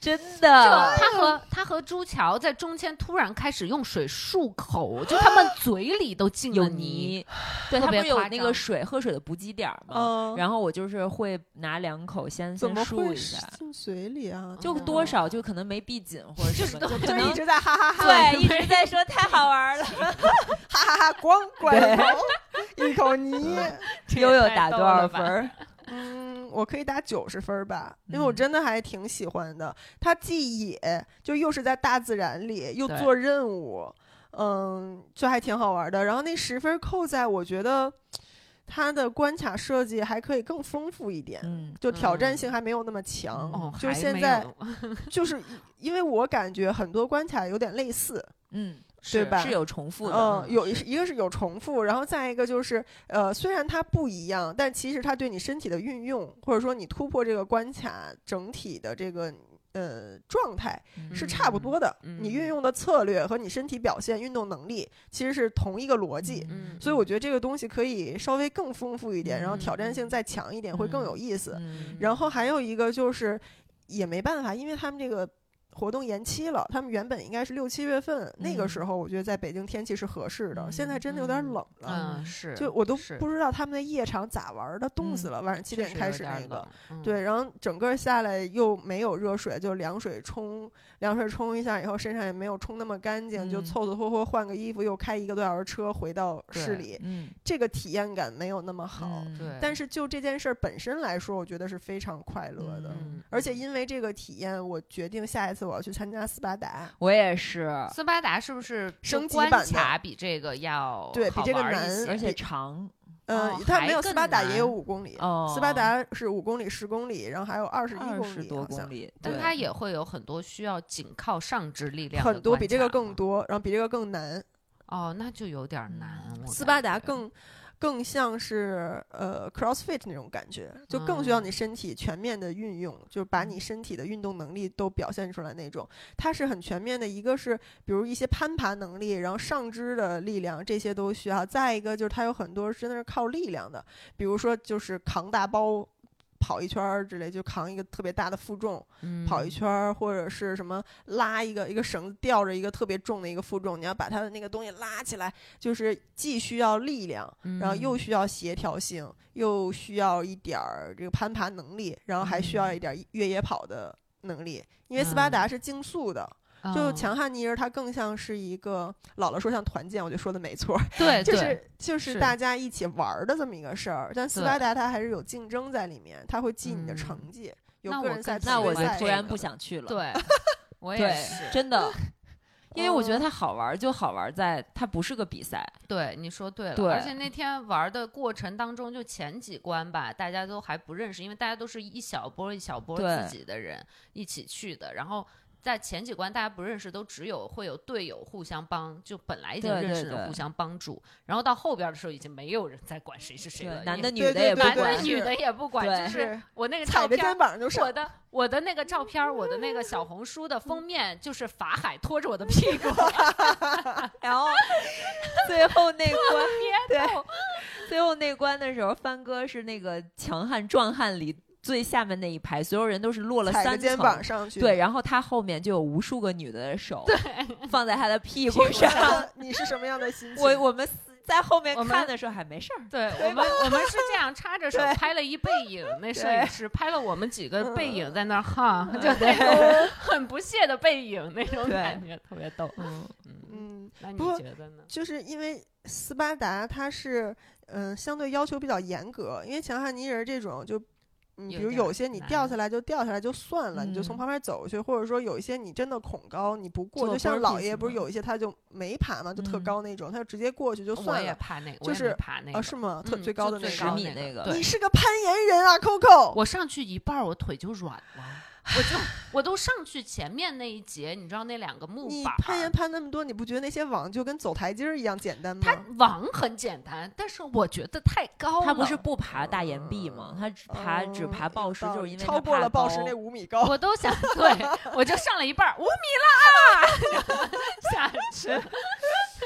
真的。 他和他和朱乔在中间突然开始用水漱口，就他们嘴里都进了泥。 对，他不是有那个水喝水的补给点嘛、 嗯， 然后我就是会拿两口先先漱一下。 进嘴里啊？ 就多少就可能没闭紧或者什么的，就就一直在哈哈哈， 对，一直在说太好玩了，哈哈哈，光拐头一口泥。 悠悠打多少分？ 嗯，我可以打九十分吧，因为我真的还挺喜欢的。它既野，就又是在大自然里，又做任务，嗯，就还挺好玩的。然后那十分扣在我觉得它的关卡设计还可以更丰富一点， 嗯， 就挑战性还没有那么强。 嗯、 就现在，就是因为我感觉很多关卡有点类似， 嗯。 对吧？ 是有重复的， 嗯，有一个是有重复，然后再一个就是，呃，虽然它不一样，但其实它对你身体的运用，或者说你突破这个关卡整体的这个呃状态是差不多的。 嗯、 你运用的策略和你身体表现、运动能力其实是同一个逻辑， 嗯、 所以我觉得这个东西可以稍微更丰富一点， 嗯、 然后挑战性再强一点， 嗯、 会更有意思。 嗯、 然后还有一个就是也没办法，因为他们这个活动延期了，他们原本应该是六七月份、嗯、那个时候，我觉得在北京天气是合适的、嗯。现在真的有点冷了， 嗯，是， 就我都不知道他们的夜场咋玩的，冻死了。 嗯、 晚上七点开始那个， 嗯、 对，然后整个下来又没有热水，就凉水冲，凉水冲一下以后，身上也没有冲那么干净， 嗯、 就凑凑合合换个衣服，又开一个多小时车回到市里， 嗯， 这个体验感没有那么好。 嗯、 对， 但是就这件事本身来说，我觉得是非常快乐的， 嗯、 而且因为这个体验，我决定下一次我要去参加斯巴达。 我也是。 斯巴达是不是升级版的？ 关卡比这个要对比这个难， 而且长。 嗯、 哦， 它没有斯巴达也有五公里， 哦， 斯巴达是五公里、十公里，然后还有二十一公里， 二十多公里， 但它也会有很多需要仅靠上肢力量的， 很多比这个更多，然后比这个更难。 哦，那就有点难。 嗯、 斯巴达更。更像是呃 CrossFit 那种感觉，就更需要你身体全面的运用，嗯、就是把你身体的运动能力都表现出来那种。它是很全面的，一个是比如一些攀爬能力，然后上肢的力量这些都需要。再一个就是它有很多真的是靠力量的，比如说就是扛大包。跑一圈之类，就扛一个特别大的负重、 嗯、 跑一圈，或者是什么拉一个一个绳子吊着一个特别重的一个负重，你要把它的那个东西拉起来，就是既需要力量， 嗯、 然后又需要协调性，又需要一点儿这个攀爬能力，然后还需要一点越野跑的能力，因为斯巴达是竞速的。 嗯、 就强悍尼尔，它更像是一个姥姥说像团建，我就说的没错， 对， 就是就是大家一起玩的这么一个事儿。但斯巴达它还是有竞争在里面，它会记你的成绩，嗯、有个人赛， 那我就突然不不想去了。 对，我也是真的，因为我觉得它好玩，就好玩在它不是个比赛。 对，你说对了。 对， 而且那天玩的过程当中，就前几关吧，大家都还不认识，因为大家都是一小波一小波自己的人一起去的，然后。在前几关大家不认识，都只有会有队友互相帮，就本来已经认识的互相帮助，对对对，然后到后边的时候已经没有人再管谁是谁了， 男的女的也不管， 男的女的也不管，就是我那个照片， 肩膀就我的我的那个照片，我的那个小红书的封面就是法海拖着我的屁股， 然后最后那关，对，最后那关的时候，帆哥是那个强悍壮汉里。最下面那一排，所有人都是落了三层， 肩膀上去。 对，然后他后面就有无数个女的手放在他的屁股上。 你是什么样的心情？ 我我们在后面看的时候还没事儿。 对，我们我们是这样插着手拍了一背影，那摄影师拍了我们几个背影在那儿哈，就那种很不屑的背影那种感觉，特别逗。嗯嗯，那你觉得呢？ 就是因为斯巴达它是嗯、呃、相对要求比较严格，因为强悍尼人这种就。嗯，比如有些你掉下来就掉下来就算了，你就从旁边走去，或者说有一些你真的恐高你不过，就像老爷不是有一些他就没爬嘛，就特高那种，他就直接过去就算了。 我也爬那个， 就是爬那个啊，是吗？特最高的那个十米那个， 你是个攀岩人啊 ，Coco。 我上去一半，我腿就软了。我就我都上去前面那一节，你知道那两个木板， 你攀岩攀那么多，你不觉得那些网就跟走台阶一样简单吗？ 它网很简单，但是我觉得太高了。 他不是不爬大岩壁吗？他只爬、哦、只爬暴石，就是因为超过了暴石那五米高。 我都想对，我就上了一半，五米了啊，下去。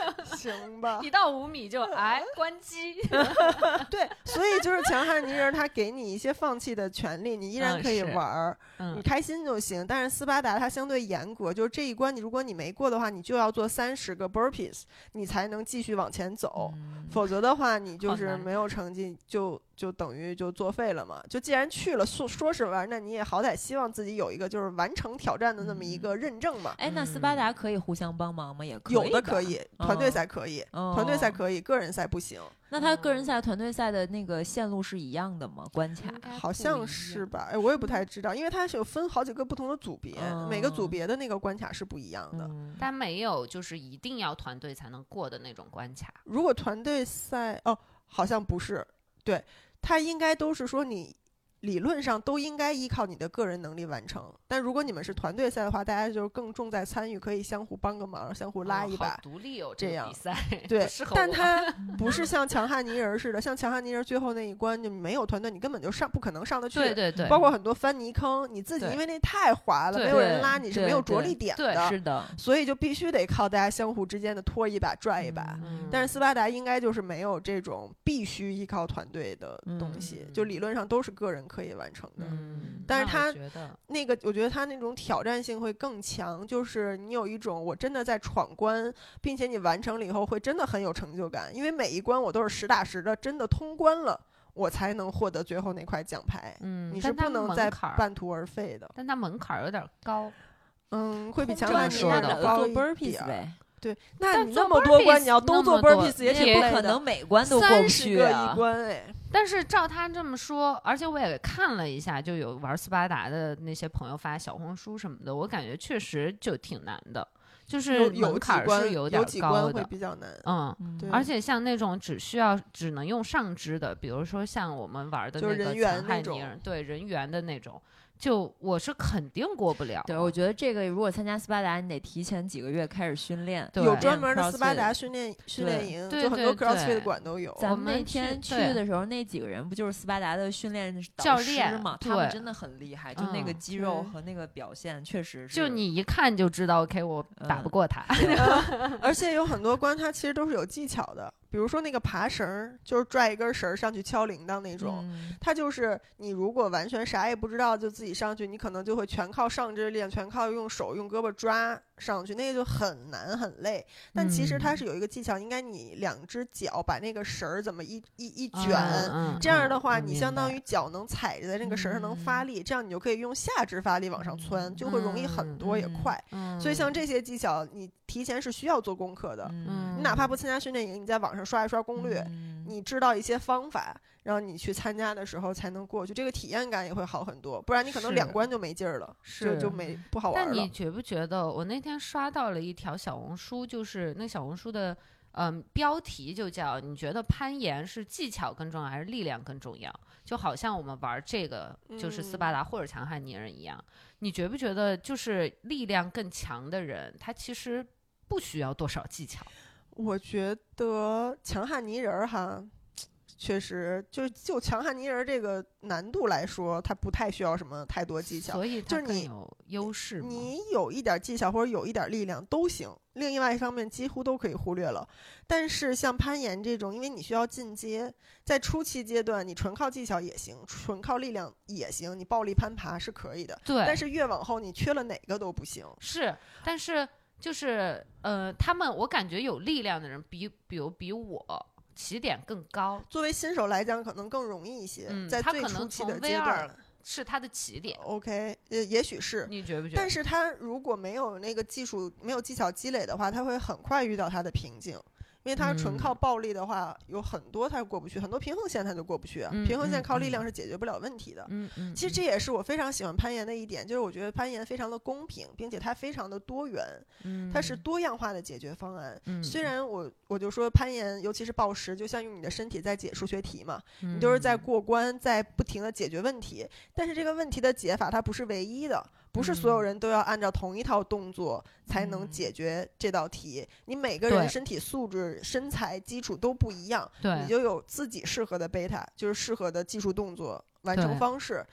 行吧？ 一到五米就哎关机。 对，所以就是强悍泥人，他给你一些放弃的权利，你依然可以玩、嗯、你开心就行。但是斯巴达它相对严格，就是这一关你如果你没过的话，你就要做三十个 burpees， 你才能继续往前走、嗯、否则的话你就是没有成绩就就等于就作废了嘛。就既然去了说说是玩，那你也好歹希望自己有一个就是完成挑战的那么一个认证嘛。 哎、嗯，那斯巴达可以互相帮忙吗？也可以， 有的可以，团队赛可以、哦、团队赛可以，个人赛不行。 那他个人赛、团队赛的那个线路是一样的吗？关卡好像是吧？哎，我也不太知道，因为它是有分好几个不同的组别、嗯，每个组别的那个关卡是不一样的。 嗯、但没有就是一定要团队才能过的那种关卡。 如果团队赛哦，好像不是，对，它应该都是说你。理论上都应该依靠你的个人能力完成，但如果你们是团队赛的话，大家就更重在参与，可以相互帮个忙，相互拉一把， 哦、独立有这样比赛， 对，但它不是像强悍泥人似的，像强悍泥人最后那一关就没有团队，你根本就上不可能上得去， 对对对， 包括很多翻泥坑，你自己因为那太滑了，没有人拉你是没有着力点的， 对对对是的， 所以就必须得靠大家相互之间的拖一把拽一把。嗯、但是斯巴达应该就是没有这种必须依靠团队的东西，嗯、就理论上都是个人可以完成的。 嗯， 但是他那那个，我觉得他那种挑战性会更强，就是你有一种我真的在闯关，并且你完成了以后会真的很有成就感，因为每一关我都是实打实的真的通关了，我才能获得最后那块奖牌。 嗯， 你是不能再半途而废的。 但它门槛有点高， 嗯，会比强悍泥人高一点呗。对，那你那么多关，你要都做 burpees 也挺不可能，每关都过不去啊。一关哎， 但是照他这么说，而且我也看了一下，就有玩斯巴达的那些朋友发小红书什么的，我感觉确实就挺难的，就是门槛是有点高的， 会比较难。 嗯，而且像那种只需要只能用上肢的，比如说像我们玩的那个强悍泥人，对人猿的那种。就我是肯定过不了。 对，我觉得这个如果参加斯巴达，你得提前几个月开始训练， 有专门的斯巴达训练训练营，就很多 CrossFit 馆都有。 咱们那天去的时候，那几个人不就是斯巴达的训练教练嘛？他们真的很厉害，就那个肌肉和那个表现确实是。 就你一看就知道 ，OK， 我打不过他。 嗯、而且有很多关，它其实都是有技巧的。比如说那个爬绳，就是拽一根绳上去敲铃铛那种、嗯、它就是你如果完全啥也不知道就自己上去，你可能就会全靠上肢练，全靠用手用胳膊抓上去，那个就很难很累。但其实它是有一个技巧、嗯、应该你两只脚把那个绳怎么一一一卷、嗯、这样的话、嗯、你相当于脚能踩着在那个绳上能发力、嗯、这样你就可以用下肢发力往上窜、嗯、就会容易很多也快、嗯、所以像这些技巧你提前是需要做功课的、嗯、你哪怕不参加训练营，你在网上刷一刷攻略、嗯、你知道一些方法，然后你去参加的时候才能过去，这个体验感也会好很多，不然你可能两关就没劲儿了，就就没不好玩了。 但你觉不觉得我那天刷到了一条小红书，就是那小红书的嗯标题就叫你觉得攀岩是技巧更重要还是力量更重要，就好像我们玩这个就是斯巴达或者强悍泥人一样、嗯、你觉不觉得就是力量更强的人他其实不需要多少技巧？ 我觉得强悍泥人哈确实就就强悍泥人这个难度来说，它不太需要什么太多技巧， 所以它更有优势。 就是你有一点技巧或者有一点力量都行，另外一方面几乎都可以忽略了。但是像攀岩这种，因为你需要进阶，在初期阶段你纯靠技巧也行，纯靠力量也行，你暴力攀爬是可以的。 对， 但是越往后你缺了哪个都不行。 是，但是就是呃，他们我感觉有力量的人比比如比我起点更高， 作为新手来讲可能更容易一些、嗯、在最初期的阶段是他的起点 OK 呃，也许是你觉不觉得？ 但是他如果没有那个技术没有技巧积累的话，他会很快遇到他的瓶颈，因为他纯靠暴力的话、嗯、有很多他过不去，很多平衡线他就过不去啊、嗯、平衡线靠力量是解决不了问题的。嗯嗯，其实这也是我非常喜欢攀岩的一点，就是我觉得攀岩非常的公平，并且它非常的多元，嗯，它是多样化的解决方案。嗯，虽然我我就说攀岩尤其是暴食就像用你的身体在解数学题嘛、嗯、你就是在过关，在不停的解决问题，但是这个问题的解法它不是唯一的，不是所有人都要按照同一套动作才能解决这道题、嗯、你每个人身体素质身材基础都不一样，对，你就有自己适合的贝塔，就是适合的技术动作完成方式。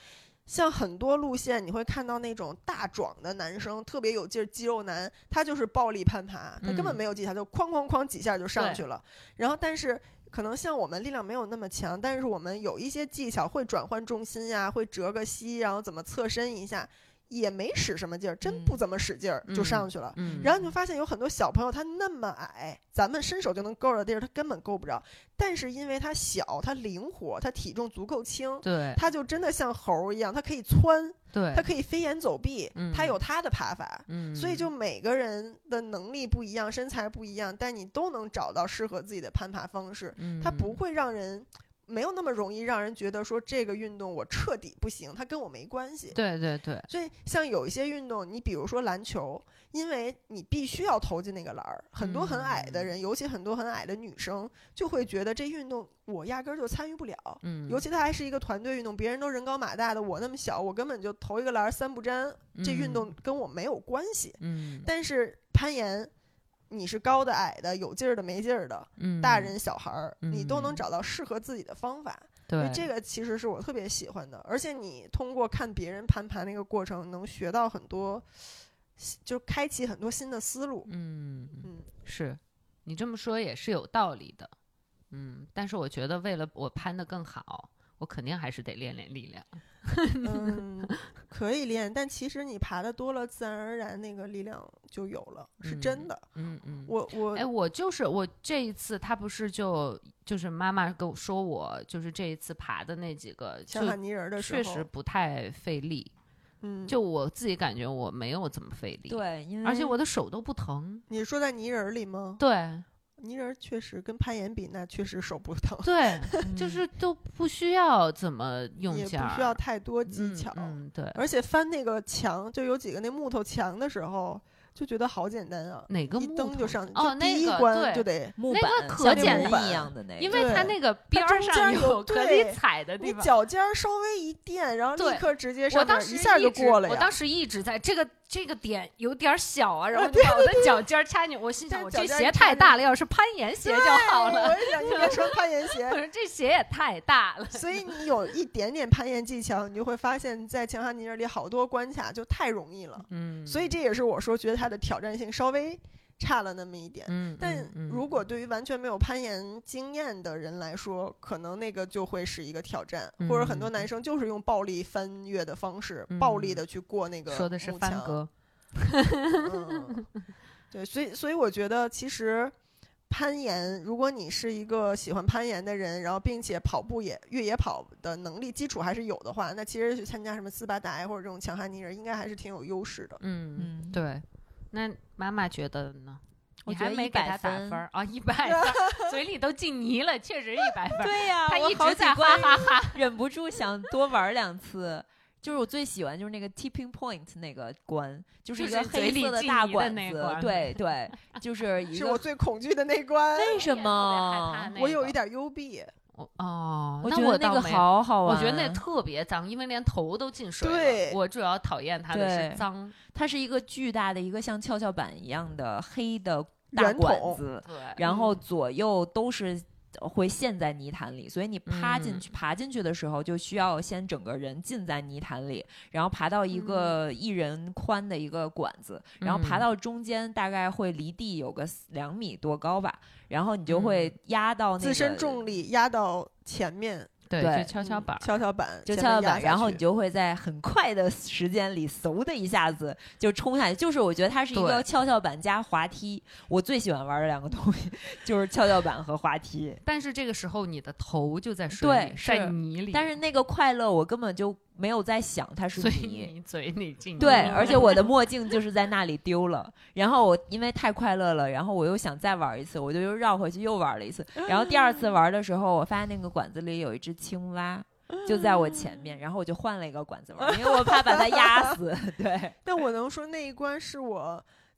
像很多路线你会看到那种大壮的男生特别有劲儿肌肉男，他就是暴力攀爬，他根本没有技巧、嗯、就哐哐哐几下就上去了。然后但是可能像我们力量没有那么强，但是我们有一些技巧，会转换重心呀，会折个膝，然后怎么侧身一下，也没使什么劲儿，真不怎么使劲儿、嗯、就上去了、嗯、然后你就发现有很多小朋友他那么矮，咱们伸手就能够着地儿他根本够不着，但是因为他小他灵活他体重足够轻， 对， 他就真的像猴一样，他可以窜， 对， 他可以飞檐走壁、嗯、他有他的爬法、 嗯、 所以就每个人的能力不一样，身材不一样，但你都能找到适合自己的攀爬方式、嗯、他不会让人没有那么容易让人觉得说这个运动我彻底不行，它跟我没关系。 对对对， 所以像有一些运动，你比如说篮球，因为你必须要投进那个篮儿，很多很矮的人、嗯、尤其很多很矮的女生就会觉得这运动我压根儿就参与不了、嗯、尤其它还是一个团队运动，别人都人高马大的，我那么小，我根本就投一个篮三不沾、嗯、这运动跟我没有关系、嗯、但是攀岩你是高的矮的有劲儿的没劲儿的、嗯、大人小孩儿、嗯、你都能找到适合自己的方法，对，这个其实是我特别喜欢的，而且你通过看别人攀爬那个过程能学到很多，就开启很多新的思路。嗯嗯，是你这么说也是有道理的。嗯，但是我觉得为了我攀得更好，我肯定还是得练练力量。 嗯，可以练，但其实你爬的多了，自然而然那个力量就有了，是真的。 嗯嗯， 我我哎，我就是我这一次，他不是就就是妈妈跟我说我就是这一次爬的那几个像海泥人的时候， 确实不太费力。嗯，就我自己感觉我没有怎么费力。 对，因为而且我的手都不疼。 你说在泥人里吗？ 对。 泥人确实跟攀岩比，那确实手不疼。 对，就是都不需要怎么用劲儿， 也不需要太多技巧。 嗯，嗯对。 而且翻那个墙，就有几个那木头墙的时候，就觉得好简单啊！ 哪个木头一蹬就上去？ 哦， 第一关就得木板， 那个可简单一样的那个， 因为它那个边上有可以踩的地方， 你脚尖稍微一垫，然后立刻直接上面， 一下就过了呀。 我当时一直在这个。这个点有点小啊，然后就把我的脚尖插进，我心想我这鞋太大了，要是攀岩鞋就好了。 我也想应该穿攀岩鞋， 我说这鞋也太大了。 所以你有一点点攀岩技巧，你就会发现在强悍泥人里好多关卡就太容易了。嗯，所以这也是我说觉得它的挑战性稍微差了那么一点。嗯，但如果对于完全没有攀岩经验的人来说，可能那个就会是一个挑战，嗯、或者很多男生就是用暴力翻越的方式，嗯、暴力的去过那个。 说的是翻格。 嗯，对，所以所以我觉得其实攀岩，如果你是一个喜欢攀岩的人，然后并且跑步也越野跑的能力基础还是有的话，那其实去参加什么斯巴达或者这种强悍泥人应该还是挺有优势的。 嗯嗯，对。那妈妈觉得呢？ 我还没给他打分啊，一百分，嘴里都进泥了，确实一百分。 对呀、啊， 他一直在哈哈哈， 忍不住想多玩两次。就是我最喜欢就是那个 tipping point 那个关，就是一个黑色的大管子，对对，就是一个是我最恐惧的那关。 为什么？ 我有一点幽闭。 哦， 我觉得那个好好玩， 我觉得那特别脏，因为连头都进水了。 对， 我主要讨厌它的是脏。 它是一个巨大的一个像跷跷板一样的黑的大管子， 对， 然后左右都是。会陷在泥潭里，所以你爬进去、嗯、爬进去的时候就需要先整个人浸在泥潭里，然后爬到一个一人宽的一个管子、嗯、然后爬到中间大概会离地有个两米多高吧，然后你就会压到那个、 自身重力压到前面， 对， 对就跷跷板， 跷跷板， 就跷跷板，然后你就会在很快的时间里嗖的一下子就冲下去。就是我觉得它是一个跷跷板加滑梯，我最喜欢玩的两个东西就是跷跷板和滑梯。 但是这个时候你的头就在水里，在泥里， 但是那个快乐我根本就没有在想它是泥， 你嘴里进对，而且我的墨镜就是在那里丢了，然后我因为太快乐了，然后我又想再玩一次，我就又绕回去又玩了一次，然后第二次玩的时候，我发现那个管子里有一只青蛙。就在我前面，然后我就换了一个管子玩，因为我怕把它压死。对， 但我能说那一关是我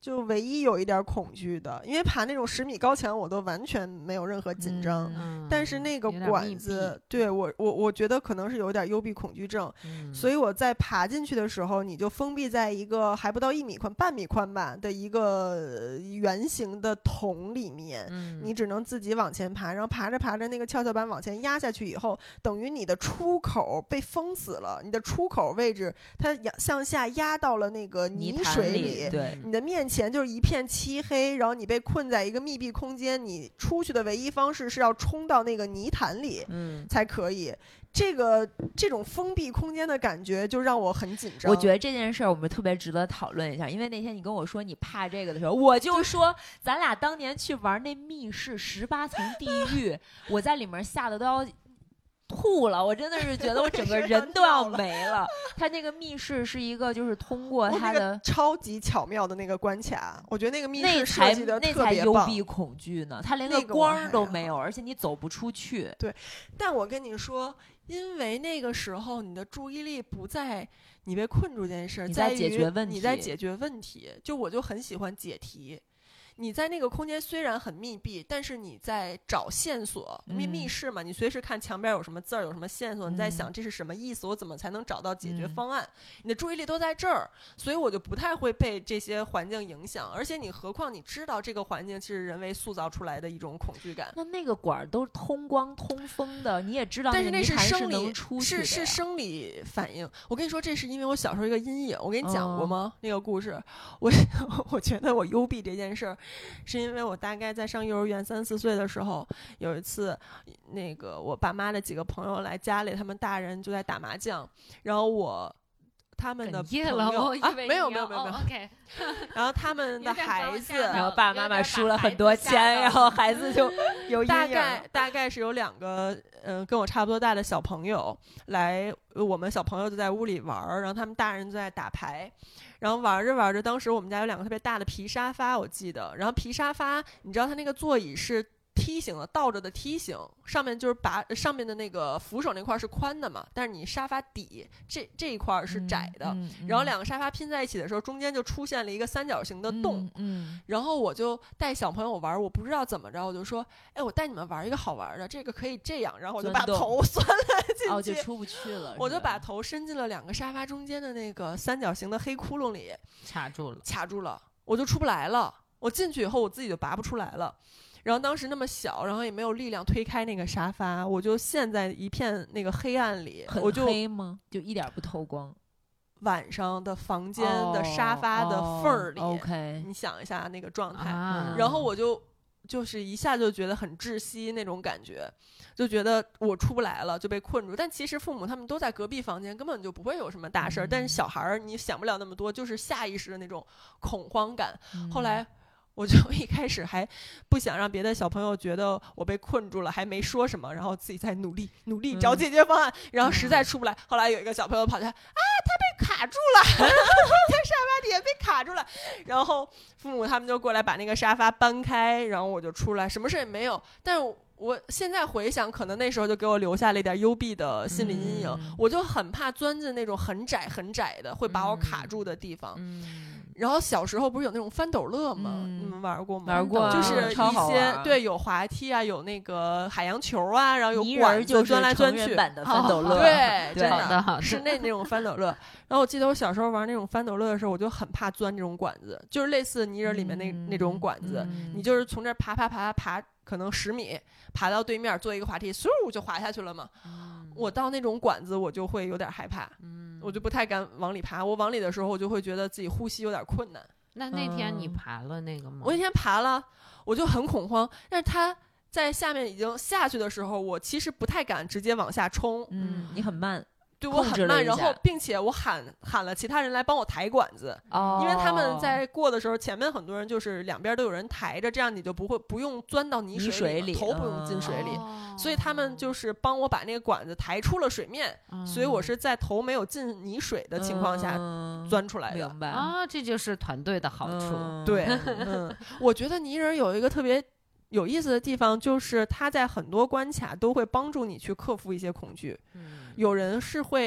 就唯一有一点恐惧的，因为爬那种十米高墙我都完全没有任何紧张， 嗯、 但是那个管子对我我我觉得可能是有点幽闭恐惧症、嗯、所以我在爬进去的时候你就封闭在一个还不到一米宽半米宽吧的一个圆形的桶里面、嗯、你只能自己往前爬，然后爬着爬着那个跷跷板往前压下去以后，等于你的出口被封死了，你的出口位置它向下压到了那个泥水里， 对， 你的面前就是一片漆黑，然后你被困在一个密闭空间，你出去的唯一方式是要冲到那个泥潭里、嗯、才可以。这个这种封闭空间的感觉就让我很紧张。 我觉得这件事儿我们特别值得讨论一下，因为那天你跟我说你怕这个的时候，我就说咱俩当年去玩那密室十八层地狱，我在里面吓得都要吐了，我真的是觉得我整个人都要没了。他那个密室是一个，就是通过他的超级巧妙的那个关卡，我觉得那个密室设计的特别棒。 那才幽闭恐惧呢，他连个光都没有，而且你走不出去。 对，但我跟你说，因为那个时候你的注意力不在你被困住这件事， 你在解决问题， 你在解决问题。就我就很喜欢解题。你在那个空间虽然很密闭，但是你在找线索，因为密室嘛，你随时看墙边有什么字儿，有什么线索，你在想这是什么意思，我怎么才能找到解决方案、嗯、你的注意力都在这儿，所以我就不太会被这些环境影响。而且你何况你知道这个环境其实人为塑造出来的一种恐惧感。 那那个管都通光通风的，你也知道， 但是那是生理， 能出去是是生理反应。我跟你说，这是因为我小时候一个阴影，我跟你讲过吗、哦、那个故事。我我觉得我幽闭这件事儿是因为我大概在上幼儿园三四岁的时候，有一次那个我爸妈的几个朋友来家里，他们大人就在打麻将，然后我他们的朋友啊没有没有没有没有、 哦 okay、 然后他们的孩子， 然后爸爸妈妈输了很多钱，然后孩子就有大概大概是有两个嗯、呃、跟我差不多大的小朋友来，我们小朋友就在屋里玩，然后他们大人就在打牌。然后玩着玩着，当时我们家有两个特别大的皮沙发，我记得。然后皮沙发，你知道它那个座椅是梯形的，倒着的梯形，上面就是把上面的那个扶手那块是宽的嘛，但是你沙发底这这一块是窄的、嗯嗯、然后两个沙发拼在一起的时候，中间就出现了一个三角形的洞、嗯嗯、然后我就带小朋友玩，我不知道怎么着，我就说哎，我带你们玩一个好玩的，这个可以这样，然后我就把头钻了进去， 哦，就出不去了， 我就把头伸进了两个沙发中间的那个三角形的黑窟窿里， 卡住了卡住了，我就出不来了。我进去以后我自己就拔不出来了，然后当时那么小，然后也没有力量推开那个沙发，我就陷在一片那个黑暗里。 很黑吗？就一点不透光？ 晚上的房间的沙发的缝儿里、 哦哦、OK， 你想一下那个状态、 啊、 然后我就就是一下就觉得很窒息那种感觉，就觉得我出不来了，就被困住。但其实父母他们都在隔壁房间，根本就不会有什么大事儿、嗯、但是小孩儿你想不了那么多，就是下意识的那种恐慌感、嗯、后来我就一开始还不想让别的小朋友觉得我被困住了，还没说什么，然后自己在努力努力找解决方案、嗯、然后实在出不来、嗯、后来有一个小朋友跑出来，啊他被卡住了在沙发底下被卡住了，然后父母他们就过来把那个沙发搬开，然后我就出来，什么事也没有。但是我现在回想，可能那时候就给我留下了一点幽闭的心理阴影、嗯、我就很怕钻进那种很窄很窄的会把我卡住的地方、嗯然后小时候不是有那种翻斗乐吗、嗯、你们玩过吗？ 玩过， 就是一些对有滑梯啊，有那个海洋球啊，然后有管就钻来钻去版的翻斗乐、 哦、对, 对真的好是那那种翻斗乐。然后我记得我小时候玩那种翻斗乐的时候，我就很怕钻这种管子，就是类似泥人里面那、嗯、那种管子、嗯、你就是从这儿爬爬爬爬可能十米爬到对面，做一个滑梯嗖就滑下去了嘛、嗯、我到那种管子我就会有点害怕、嗯、我就不太敢往里爬，我往里的时候我就会觉得自己呼吸有点困难。 那那天你爬了那个吗？ 我那天爬了，我就很恐慌，但是他在下面已经下去的时候，我其实不太敢直接往下冲。 嗯，你很慢。 对，我很慢，然后并且我喊喊了其他人来帮我抬管子、哦、因为他们在过的时候前面很多人就是两边都有人抬着，这样你就不会不用钻到泥水 里, 水里头不用进水里、哦、所以他们就是帮我把那个管子抬出了水面、嗯、所以我是在头没有进泥水的情况下钻出来的、 嗯、明白啊，这就是团队的好处、 嗯、对、嗯、我觉得泥人有一个特别有意思的地方，就是他在很多关卡都会帮助你去克服一些恐惧、嗯、有人是会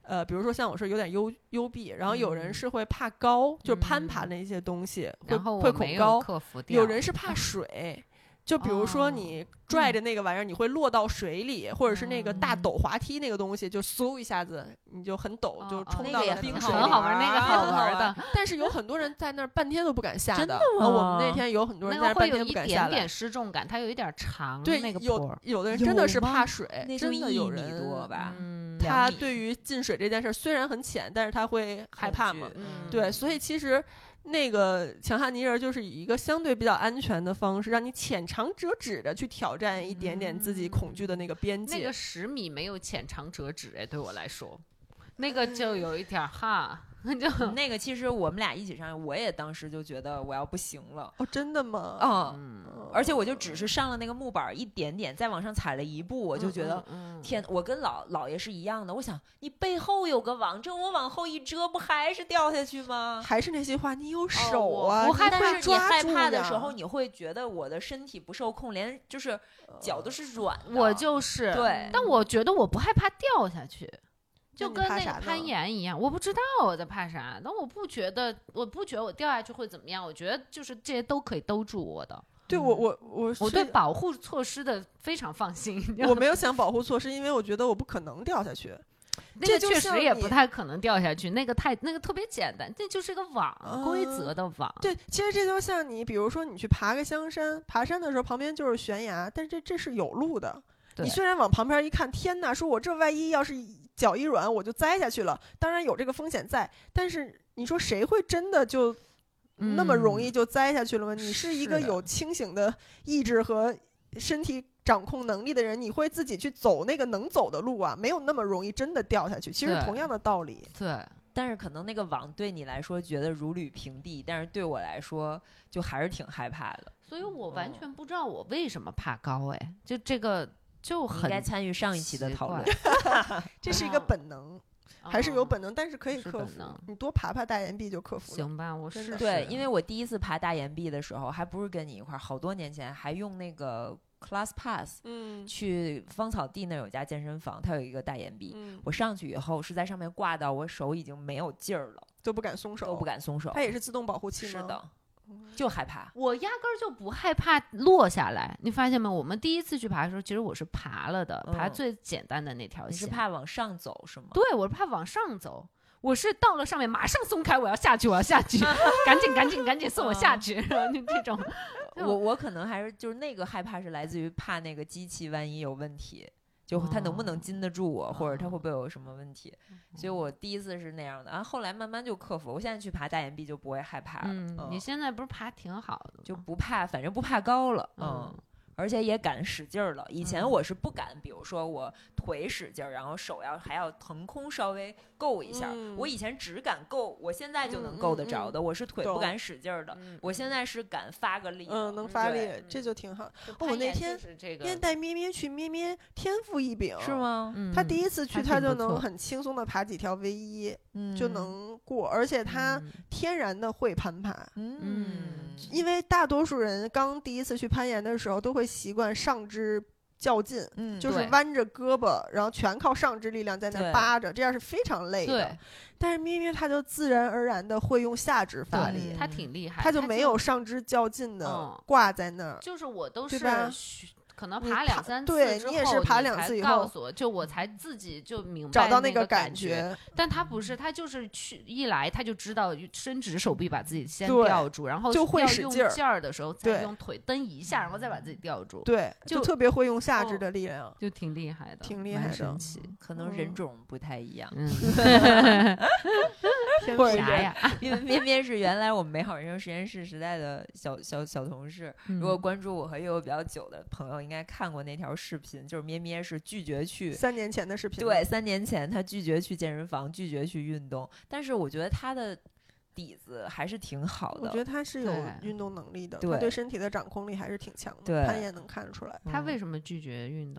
呃，比如说像我是有点幽幽闭，然后有人是会怕高，嗯、就是攀爬那些东西， 嗯、然后会恐高， 克服掉。 有人是怕水。就比如说你拽着那个玩意儿，你会落到水里， 嗯、 或者是那个大陡滑梯那个东西，就嗖一下子你就很陡， 哦、 就冲到了冰水里。 很好玩，那个好玩的。 但是有很多人在那儿半天都不敢下的。 真的吗？ 我们那天有很多人在那儿半天不敢下来。 那个会有一点点失重感，它有一点长。 对， 那个有有的人真的是怕水，真的有人多吧？ 嗯， 他对于进水这件事虽然很浅，但是他会害怕嘛。 嗯、 对，所以其实。那个强悍泥人就是以一个相对比较安全的方式，让你浅尝辄止的去挑战一点点自己恐惧的那个边界。 那个十米没有浅尝辄止哎，对我来说，那个就有一点哈。就那个其实我们俩一起上，我也当时就觉得我要不行了。 哦，真的吗？ 嗯，嗯而且我就只是上了那个木板一点点，再往上踩了一步，我就觉得、 嗯嗯、 天，我跟老姥爷是一样的。我想你背后有个网，这我往后一遮，不还是掉下去吗？ 还是那句话，你有手啊！ 哦、 我害怕， 但是你害怕的时候，你会觉得我的身体不受控，连就是脚都是软的。 我就是对， 但我觉得我不害怕掉下去。就跟那个攀岩一样，我不知道我在怕啥，但我不觉得，我不觉得我掉下去会怎么样，我觉得就是这些都可以兜住我的。 对我，我我我对保护措施的非常放心。 我没有想保护措施，因为我觉得我不可能掉下去。 那个确实也不太可能掉下去，那个太那个特别简单，那就是个网， 呃、 规则的网。 对，其实这就像你，比如说你去爬个香山，爬山的时候旁边就是悬崖，但是这这是有路的。你虽然往旁边一看，天哪，说我这万一要是脚一软我就栽下去了，当然有这个风险在，但是你说谁会真的就那么容易就栽下去了吗？ 嗯、 你是一个有清醒的意志和身体掌控能力的人，你会自己去走那个能走的路啊，没有那么容易真的掉下去。其实同样的道理。 对， 但是可能那个网对你来说觉得如履平地，但是对我来说就还是挺害怕的。 所以我完全不知道我为什么怕高，哎，就这个。就很应该参与上一期的讨论， 这是一个本能， 哦、 还是有本能，但是可以克服。你多爬爬大岩壁就克服了。 行吧，我是对，因为我第一次爬大岩壁的时候，还不是跟你一块儿，好多年前还用那个 Class Pass， 嗯， 去芳草地那有家健身房，它有一个大岩壁， 嗯、 我上去以后是在上面挂到我手已经没有劲儿了， 都不敢松手， 都不敢松手。 它也是自动保护器吗？ 是的。就害怕， 我压根儿就不害怕落下来。你发现没？我们第一次去爬的时候，其实我是爬了的， 嗯、 爬最简单的那条线。 你是怕往上走是吗？ 对，我是怕往上走。我是到了上面马上松开，我要下去，我要下去，赶紧赶紧赶紧送我下去，然后就这种。 我我可能还是就是那个害怕是来自于怕那个机器万一有问题。就它能不能禁得住我， 哦、 或者它会不会有什么问题？哦、所以我第一次是那样的，然后后来慢慢就克服。我现在去爬大岩壁就不会害怕了。 嗯嗯、你现在不是爬挺好的， 就不怕，反正不怕高了。嗯。嗯而且也敢使劲儿了。以前我是不敢，嗯、比如说我腿使劲儿，然后手要还要腾空稍微够一下。 嗯、 我以前只敢够，我现在就能够得着的。 嗯嗯、 我是腿不敢使劲儿的， 嗯、 我现在是敢发个力。 嗯，能发力，这就挺好。哦，我那天边带咩咩去，咩咩天赋异禀， 是吗？ 嗯、他第一次去，他就能很轻松的爬几条 V 一， 嗯、 就能过，而且他天然的会攀爬。 嗯， 因为大多数人刚第一次去攀岩的时候，都会习惯上肢较劲， 嗯， 就是弯着胳膊，然后全靠上肢力量在那扒着，这样是非常累的。 对， 但是咩咩他就自然而然的会用下肢发力， 他挺厉害， 他就没有上肢较劲的挂在那儿。 就是我都是可能爬两三次对你也是爬两次以后告诉我，就我才自己就明白找到那个感觉。但他不是，他就是去一来他就知道伸直手臂把自己先吊住，然后就会使劲劲儿的时候再用腿蹬一下，然后再把自己吊住。 对， 就特别会用下肢的力量， 就挺厉害的， 挺厉害的， 神奇。 可能人种不太一样。 嗯， 或者啥呀？ 因为咩咩是原来我们美好人生实验室时代的小小小同事， 嗯、 如果关注我和悠悠比较久的朋友，应该看过那条视频，就是咩咩是拒绝去三年前的视频， 对，三年前他拒绝去健身房，拒绝去运动，但是我觉得他的底子还是挺好的。 我觉得他是有运动能力的， 对他对身体的掌控力还是挺强的， 对， 攀岩能看出来。 他为什么拒绝运动？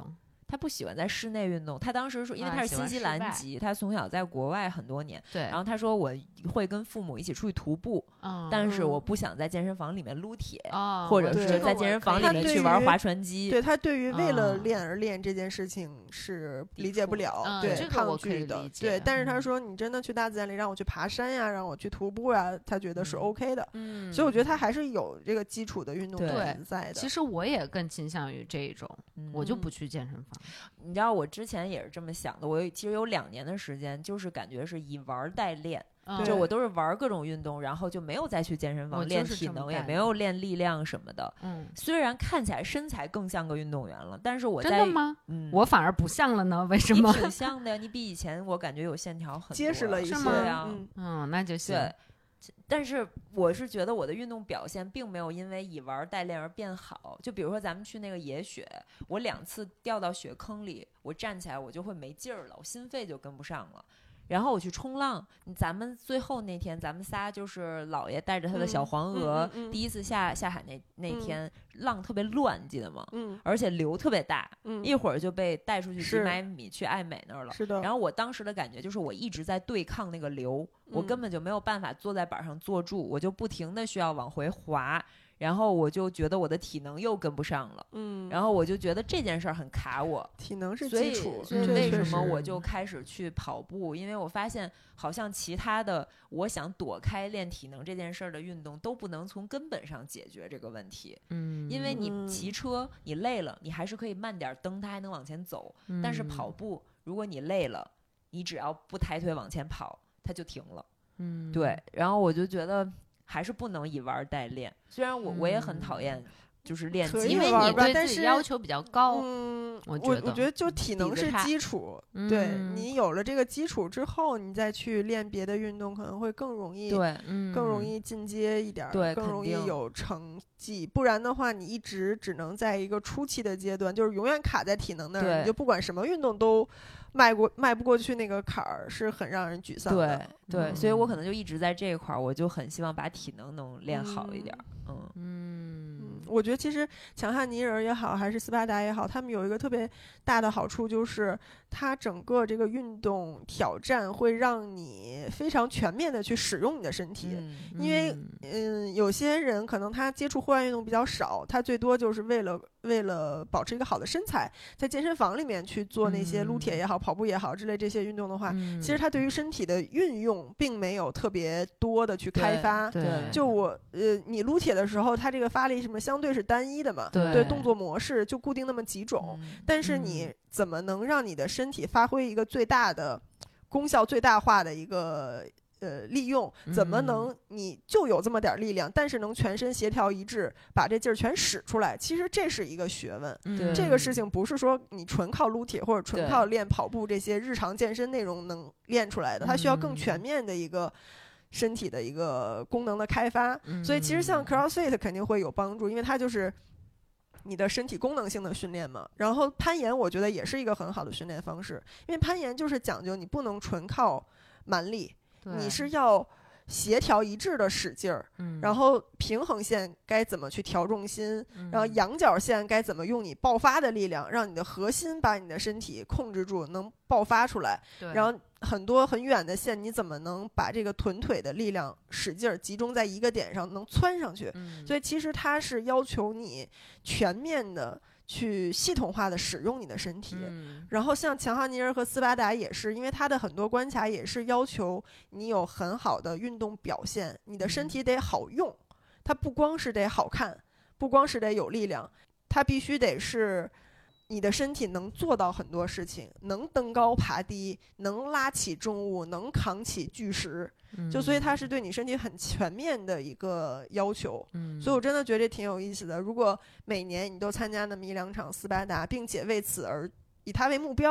他不喜欢在室内运动。他当时说，因为他是新西兰籍，他从小在国外很多年。 对。 然后他说，我会跟父母一起出去徒步， 嗯、 但是我不想在健身房里面撸铁， 嗯、 或者是在健身房里面去玩划船机。 对，他对于为了练而练这件事情是理解不了， 嗯、 对、 这个、 抗拒的。对，但是他说，你真的去大自然里让我去爬山呀，让我去徒步呀，他觉得是 OK 的。 嗯， 所以我觉得他还是有这个基础的运动底子在的。 其实我也更倾向于这种，嗯、我就不去健身房。 你知道我之前也是这么想的，我其实有两年的时间就是感觉是以玩代练， 嗯、 就我都是玩各种运动，然后就没有再去健身房练体能，也没有练力量什么的。 嗯， 虽然看起来身材更像个运动员了，但是我在真的吗？ 嗯， 我反而不像了呢？为什么？ 你挺像的呀，你比以前我感觉有线条很结实了一些， 是吗？ 嗯, 嗯，那就行。 对。但是我是觉得我的运动表现并没有因为以玩代练而变好。就比如说咱们去那个野雪，我两次掉到雪坑里，我站起来我就会没劲儿了，我心肺就跟不上了。然后我去冲浪，咱们最后那天咱们仨就是姥爷带着他的小黄鹅、 嗯嗯嗯、 第一次下下海那那天、嗯、浪特别乱，记得吗？ 嗯， 而且流特别大， 嗯， 一会儿就被带出去几百米去爱美那儿了。 是的。 然后我当时的感觉就是我一直在对抗那个流，我根本就没有办法坐在板上坐住，我就不停的需要往回滑。然后我就觉得我的体能又跟不上了， 嗯， 然后我就觉得这件事儿很卡我。 体能是基础， 所以为什么我就开始去跑步？因为我发现好像其他的我想躲开练体能这件事儿的运动都不能从根本上解决这个问题。 嗯， 因为你骑车你累了，你还是可以慢点蹬，它还能往前走。 嗯、 但是跑步，如果你累了，你只要不抬腿往前跑，它就停了。 嗯， 对。然后我就觉得。还是不能以玩代练，虽然我我也很讨厌就是练肌， 因为你对自己要求比较高。 嗯， 我觉得我觉得就体能是基础，对、嗯、你有了这个基础之后，你再去练别的运动可能会更容易， 对， 嗯、 更容易进阶一点， 对， 更容易有成绩。不然的话，你一直只能在一个初期的阶段，就是永远卡在体能那儿，你就不管什么运动都。迈过迈不过去那个坎儿是很让人沮丧的， 对对、嗯，所以我可能就一直在这一块儿，我就很希望把体能能练好一点。嗯嗯, 嗯，我觉得其实强悍尼人也好，还是斯巴达也好，他们有一个特别大的好处，就是它整个这个运动挑战会让你非常全面的去使用你的身体， 嗯、 因为嗯，有些人可能他接触户外运动比较少，他最多就是为了为了保持一个好的身材，在健身房里面去做那些撸铁也好、嗯、跑步也好之类这些运动的话、 嗯、 其实他对于身体的运用并没有特别多的去开发。 对，对就我呃，你撸铁的时候，它这个发力什么相对是单一的嘛， 对， 对动作模式就固定那么几种、 嗯、 但是你怎么能让你的身体发挥一个最大的功效最大化的一个呃，利用怎么能你就有这么点力量、嗯、但是能全身协调一致把这劲儿全使出来，其实这是一个学问、 嗯、 这个事情不是说你纯靠撸铁或者纯靠练跑步这些日常健身内容能练出来的，它需要更全面的一个身体的一个功能的开发、嗯、所以其实像 CrossFit 肯定会有帮助，因为它就是你的身体功能性的训练嘛。然后攀岩我觉得也是一个很好的训练方式，因为攀岩就是讲究你不能纯靠蛮力，你是要协调一致的使劲儿、嗯，然后平衡线该怎么去调重心、嗯，然后仰角线该怎么用你爆发的力量，让你的核心把你的身体控制住，能爆发出来。然后很多很远的线，你怎么能把这个臀腿的力量使劲儿集中在一个点上，能窜上去？ 嗯、 所以其实它是要求你全面的。去系统化的使用你的身体、 嗯、 然后像强悍尼人和斯巴达也是，因为它的很多关卡也是要求你有很好的运动表现，你的身体得好用、嗯、它不光是得好看，不光是得有力量，它必须得是你的身体能做到很多事情，能登高爬低，能拉起重物，能扛起巨石、嗯、就所以它是对你身体很全面的一个要求、 嗯、 所以我真的觉得挺有意思的。如果每年你都参加那么一两场斯巴达，并且为此而以它为目标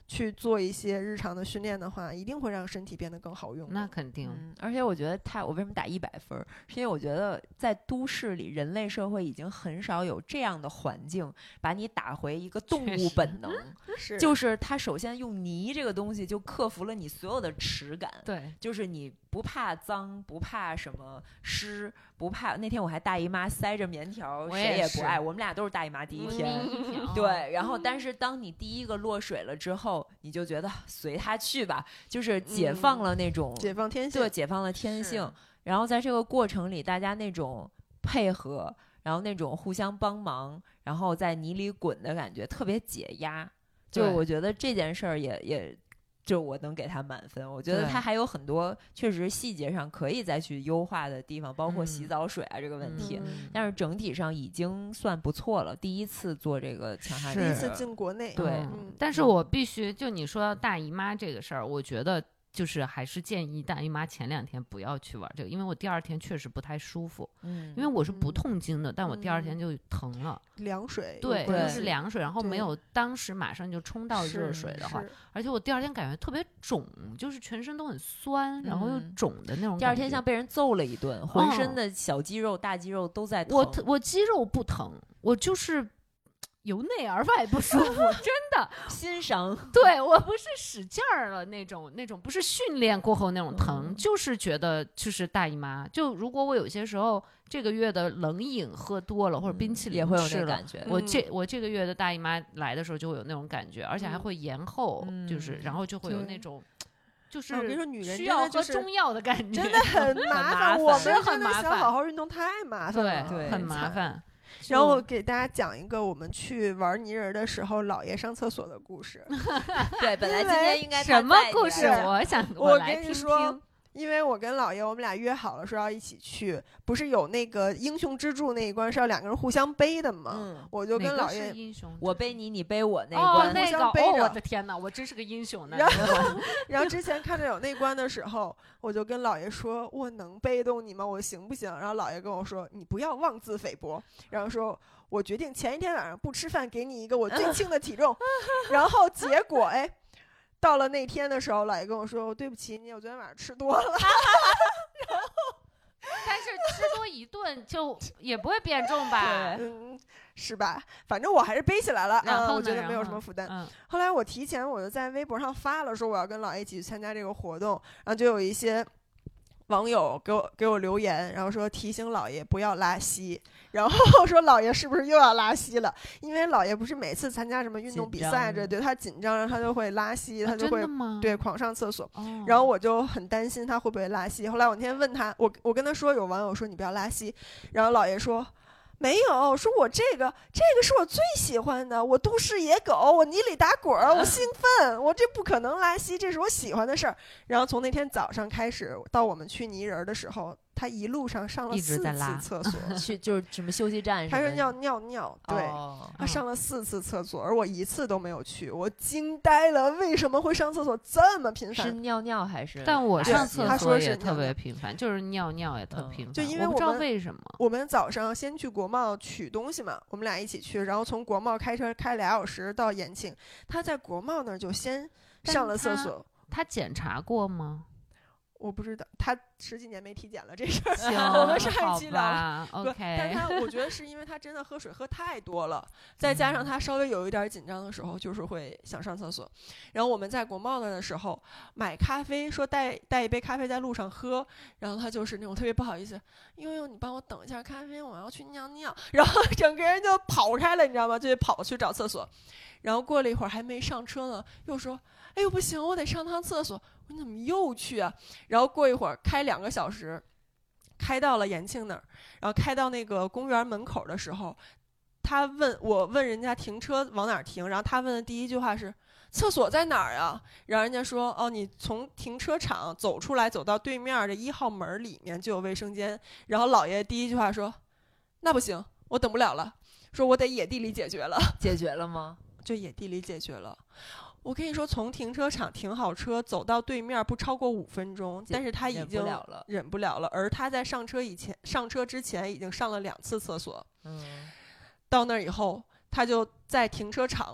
去做一些日常的训练的话，一定会让身体变得更好用。 那肯定、 嗯、而且我觉得他，我为什么打一百分，是因为我觉得在都市里人类社会已经很少有这样的环境把你打回一个动物本能， 是就是他首先用泥这个东西就克服了你所有的耻感， 对， 就是你不怕脏，不怕什么湿，不怕。那天我还大姨妈塞着棉条，谁也不爱，我们俩都是大姨妈第一天、 嗯、 对，然后但是当你第一个落水了之后，你就觉得随他去吧，就是解放了那种、 嗯、解放天性， 对，解放了天性。然后在这个过程里，大家那种配合，然后那种互相帮忙，然后在泥里滚的感觉特别解压。就我觉得这件事儿也也。就我能给他满分，我觉得他还有很多确实细节上可以再去优化的地方，包括洗澡水啊、嗯、这个问题、嗯，但是整体上已经算不错了。第一次做这个强悍， 第一次进国内， 对、 嗯。但是我必须就你说到大姨妈这个事儿，我觉得就是还是建议大姨妈前两天不要去玩这个，因为我第二天确实不太舒服，嗯，因为我是不痛经的，嗯、但我第二天就疼了， 凉水， 对，对是凉水，然后没有当时马上就冲到热水的话，而且我第二天感觉特别肿，就是全身都很酸，然后又肿的那种感觉、嗯、 第二天像被人揍了一顿，浑身的小肌肉、哦、大肌肉都在疼。 我我肌肉不疼，我就是由内而外不舒服，真的心伤。 对，我不是使劲儿了那种，那种不是训练过后那种疼、嗯，就是觉得就是大姨妈。就如果我有些时候这个月的冷饮喝多了，或者冰淇淋也会有那个感觉。 我这我这个月的大姨妈来的时候就会有那种感觉，而且还会延后， 嗯、 就是然后就会有那种。就是我跟你说，女人需要喝中药的感觉， 真的很麻烦。我们很麻烦， 想好好运动太麻烦了， 对，很麻烦。 然后我给大家讲一个我们去玩泥人的时候，姥爷上厕所的故事。 对，本来今天应该什么故事？我想我来听听。因为我跟姥爷我们俩约好了说要一起去，不是有那个英雄之柱那一关是要两个人互相背的吗？ 嗯， 我就跟姥爷， 英雄我背你，你背我那一关， 哦、那个背着、 哦、我的天哪，我真是个英雄呢。 然后，然后之前看着有那关的时候，我就跟姥爷说，我能背动你吗？我行不行？然后姥爷跟我说，你不要妄自菲薄。然后说，我决定前一天晚上不吃饭，给你一个我最轻的体重。然后结果，哎。到了那天的时候，姥爷跟我说：“对不起你，我昨天晚上吃多了。”然后， 但是吃多一顿就也不会变重吧？ 嗯，是吧？反正我还是背起来了， 然后、 嗯、我觉得没有什么负担、 嗯。 后来我提前我就在微博上发了，说我要跟姥爷一起去参加这个活动，然后就有一些网友给我给我留言，然后说提醒姥爷不要拉稀，然后说姥爷是不是又要拉稀了？因为姥爷不是每次参加什么运动比赛这对他紧张，然后他就会拉稀，他就会、 啊、 对狂上厕所、 哦， 然后我就很担心他会不会拉稀。后来我那天问他，我我跟他说，有网友说你不要拉稀，然后姥爷说。没有，说我这个这个是我最喜欢的，我都市野狗，我泥里打滚，我兴奋，我这不可能拉稀，这是我喜欢的事儿。然后从那天早上开始到我们去泥人的时候，他一路上上了四次厕所， 去就是什么休息站， 他说要尿尿，对、哦，他上了四次厕所，而我一次都没有去，我惊呆了，为什么会上厕所这么频繁？ 是尿尿还是？ 但我上厕所也特别尿频繁，就是尿尿也特频繁， 就因为我不知道为什么。 我们早上先去国贸取东西嘛，我们俩一起去，然后从国贸开车开俩小时到延庆，他在国贸那儿就先上了厕所。 他, 他检查过吗？ 我不知道，他十几年没体检了这事儿。 行， 我们上一期聊了。 OK， 但他我觉得是因为他真的喝水喝太多了，再加上他稍微有一点紧张的时候，就是会想上厕所。然后我们在国贸那的时候买咖啡，说带带一杯咖啡在路上喝，然后他就是那种特别不好意思，悠悠你帮我等一下咖啡，我要去尿尿。然后整个人就跑开了，你知道吗？就跑去找厕所。然后过了一会儿还没上车呢，又说：“哎呦不行，我得上趟厕所。”我说：“你怎么又去啊？”然后过一会儿开两个小时，开到了延庆那儿，然后开到那个公园门口的时候，他问我问人家停车往哪儿停，然后他问的第一句话是：“厕所在哪儿啊？”然后人家说：“哦，你从停车场走出来，走到对面的一号门里面就有卫生间。”然后姥爷第一句话说：“那不行，我等不了了，说我得野地里解决了。” 解决了吗？ 就野地里解决了。我跟你说，从停车场停好车走到对面不超过五分钟，但是他已经忍不了了， 忍不了了。而他在上车以前，上车之前已经上了两次厕所。 嗯， 到那儿以后，他就在停车场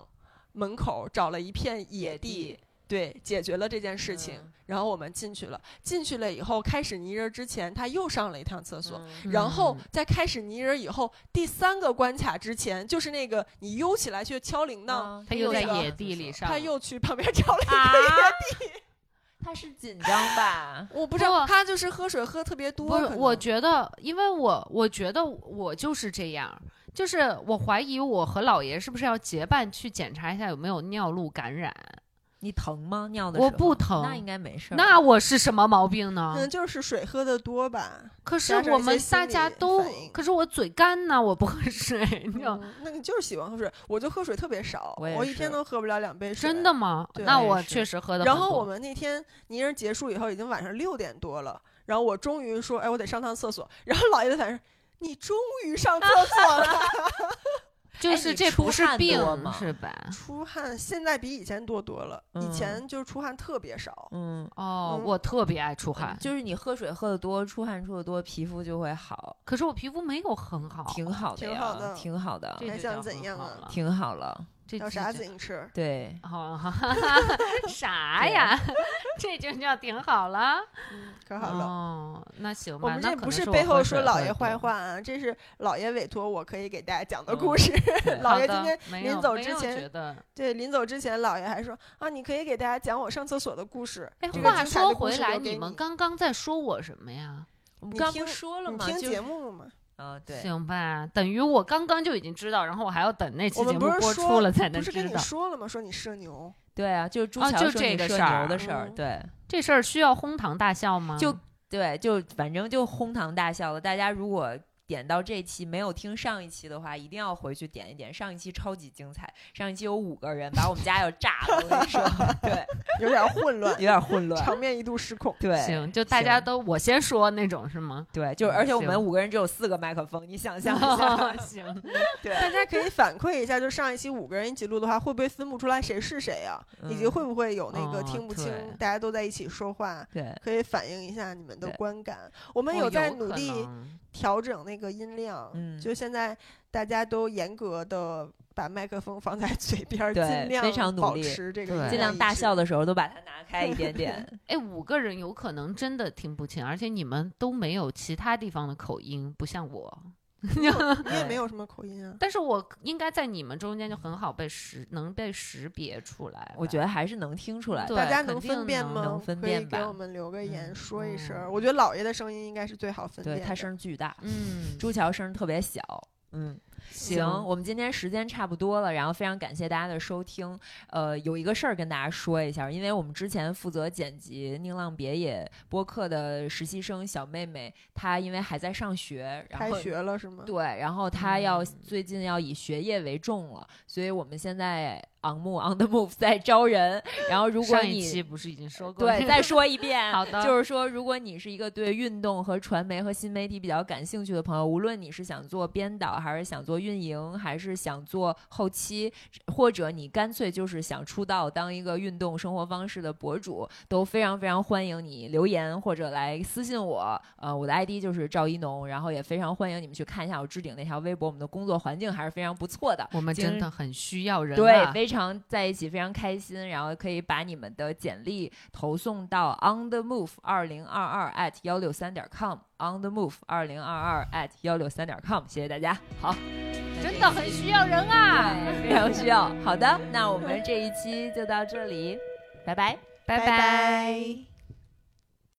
门口找了一片野地。 野地对，解决了这件事情、嗯、然后我们进去了进去了以后，开始泥人之前他又上了一趟厕所、嗯、然后在开始泥人以后第三个关卡之前，就是那个你悠起来去敲铃铛、 嗯、他又在野地里上， 他又去旁边找了一个野地、啊他是紧张吧？ 我不知道，他就是喝水喝特别多。 不是，我觉得，因为我我觉得我就是这样，就是我怀疑我和老爷是不是要结伴去检查一下有没有尿路感染。 你疼吗？尿的时候？ 我不疼， 那应该没事。 那我是什么毛病呢？ 可能就是水喝的多吧。 可是我们大家都，可是我嘴干呢，我不喝水。嗯、 那你就是喜欢喝水，我就喝水特别少，我, 我一天都喝不了两杯水。 真的吗？那我确实喝的。 然后我们那天泥人结束以后，已经晚上六点多了，然后我终于说，哎，我得上趟厕所。然后老爷子反正，你终于上厕所了。 就是这不是病吗？是吧？ 出汗现在比以前多多了、嗯，以前就是出汗特别少。 嗯哦、嗯，我特别爱出汗、 嗯，就是你喝水喝的多，出汗出的多，皮肤就会好。 可是我皮肤没有很好， 挺好的呀， 挺好的， 挺好的。 还想怎样啊？ 挺好了。 要啥自行车？ 对， 哦，啥呀？这就叫挺好了， 嗯，可好了。 哦，那行吧。 我们这不是背后说老爷坏话啊，这是老爷委托我可以给大家讲的故事。嗯、老爷今天临走之前，对，临走之前，老爷还说啊，你可以给大家讲我上厕所的故事。 哎，话说回来，你们刚刚在说我什么呀？ 我们刚不说了吗？ 你听节目了吗？ 啊、哦，对， 行吧，等于我刚刚就已经知道，然后我还要等那期节目播出了才能知道。 不是跟你说了吗？说你社牛。 对啊，就是朱乔说你社牛的事儿、哦。对， 这事儿需要哄堂大笑吗？ 就对，就反正就哄堂大笑了。大家如果点到这期没有听上一期的话，一定要回去点一点。上一期超级精彩，上一期有五个人把我们家有炸了，我跟你说，对， 有点混乱， 有点混乱， 场面一度失控。 对， 行，就大家都我先说那种是吗？ 对，就而且我们五个人只有四个麦克风，你想象一下。 行， 对，大家可以反馈一下，就上一期五个人一起录的话，会不会分不出来谁是谁啊？嗯、以及会不会有那个听不清、哦，大家都在一起说话？ 对， 可以反映一下你们的观感。我们有在努力调整那个音量。嗯，就现在大家都严格的把麦克风放在嘴边，尽量非常努力保持这个， 尽量大笑的时候都把它拿开一点点。 哎，五个人有可能真的听不清，而且你们都没有其他地方的口音，不像我。 你也没有什么口音啊， 但是我应该在你们中间就很好被识，能被识别出来。 我觉得还是能听出来的， 大家能分辨吗？ 能分辨吧？ 可以给我们留个言、嗯、说一声、嗯。我觉得姥爷的声音应该是最好分辨的， 对，他声巨大， 嗯， 朱乔声特别小，嗯。行，我们今天时间差不多了，然后非常感谢大家的收听。呃，有一个事儿跟大家说一下，因为我们之前负责剪辑《宁浪别野》播客的实习生小妹妹，她因为还在上学，然后开学了是吗？ 对，然后她要、嗯、最近要以学业为重了，所以我们现在 on move on the move 在招人。然后如果你上一期不是已经说过？ 对，再说一遍。 好的， 就是说，如果你是一个对运动和传媒和新媒体比较感兴趣的朋友，无论你是想做编导，还是想做运营，还是想做后期，或者你干脆就是想出道当一个运动生活方式的博主，都非常非常欢迎你留言或者来私信我。呃，我的 I D 就是赵一农，然后也非常欢迎你们去看一下我置顶那条微博。我们的工作环境还是非常不错的， 我们真的很需要人、啊， 对，非常在一起，非常开心。然后可以把你们的简历投送到 on the move 二零二二 at 一六三点 com。on the move 二零二二 at 一六三点 com， 谢谢大家。好， 真的很需要人啊， 非常需要。好的，那我们这一期就到这里，拜拜， 拜拜。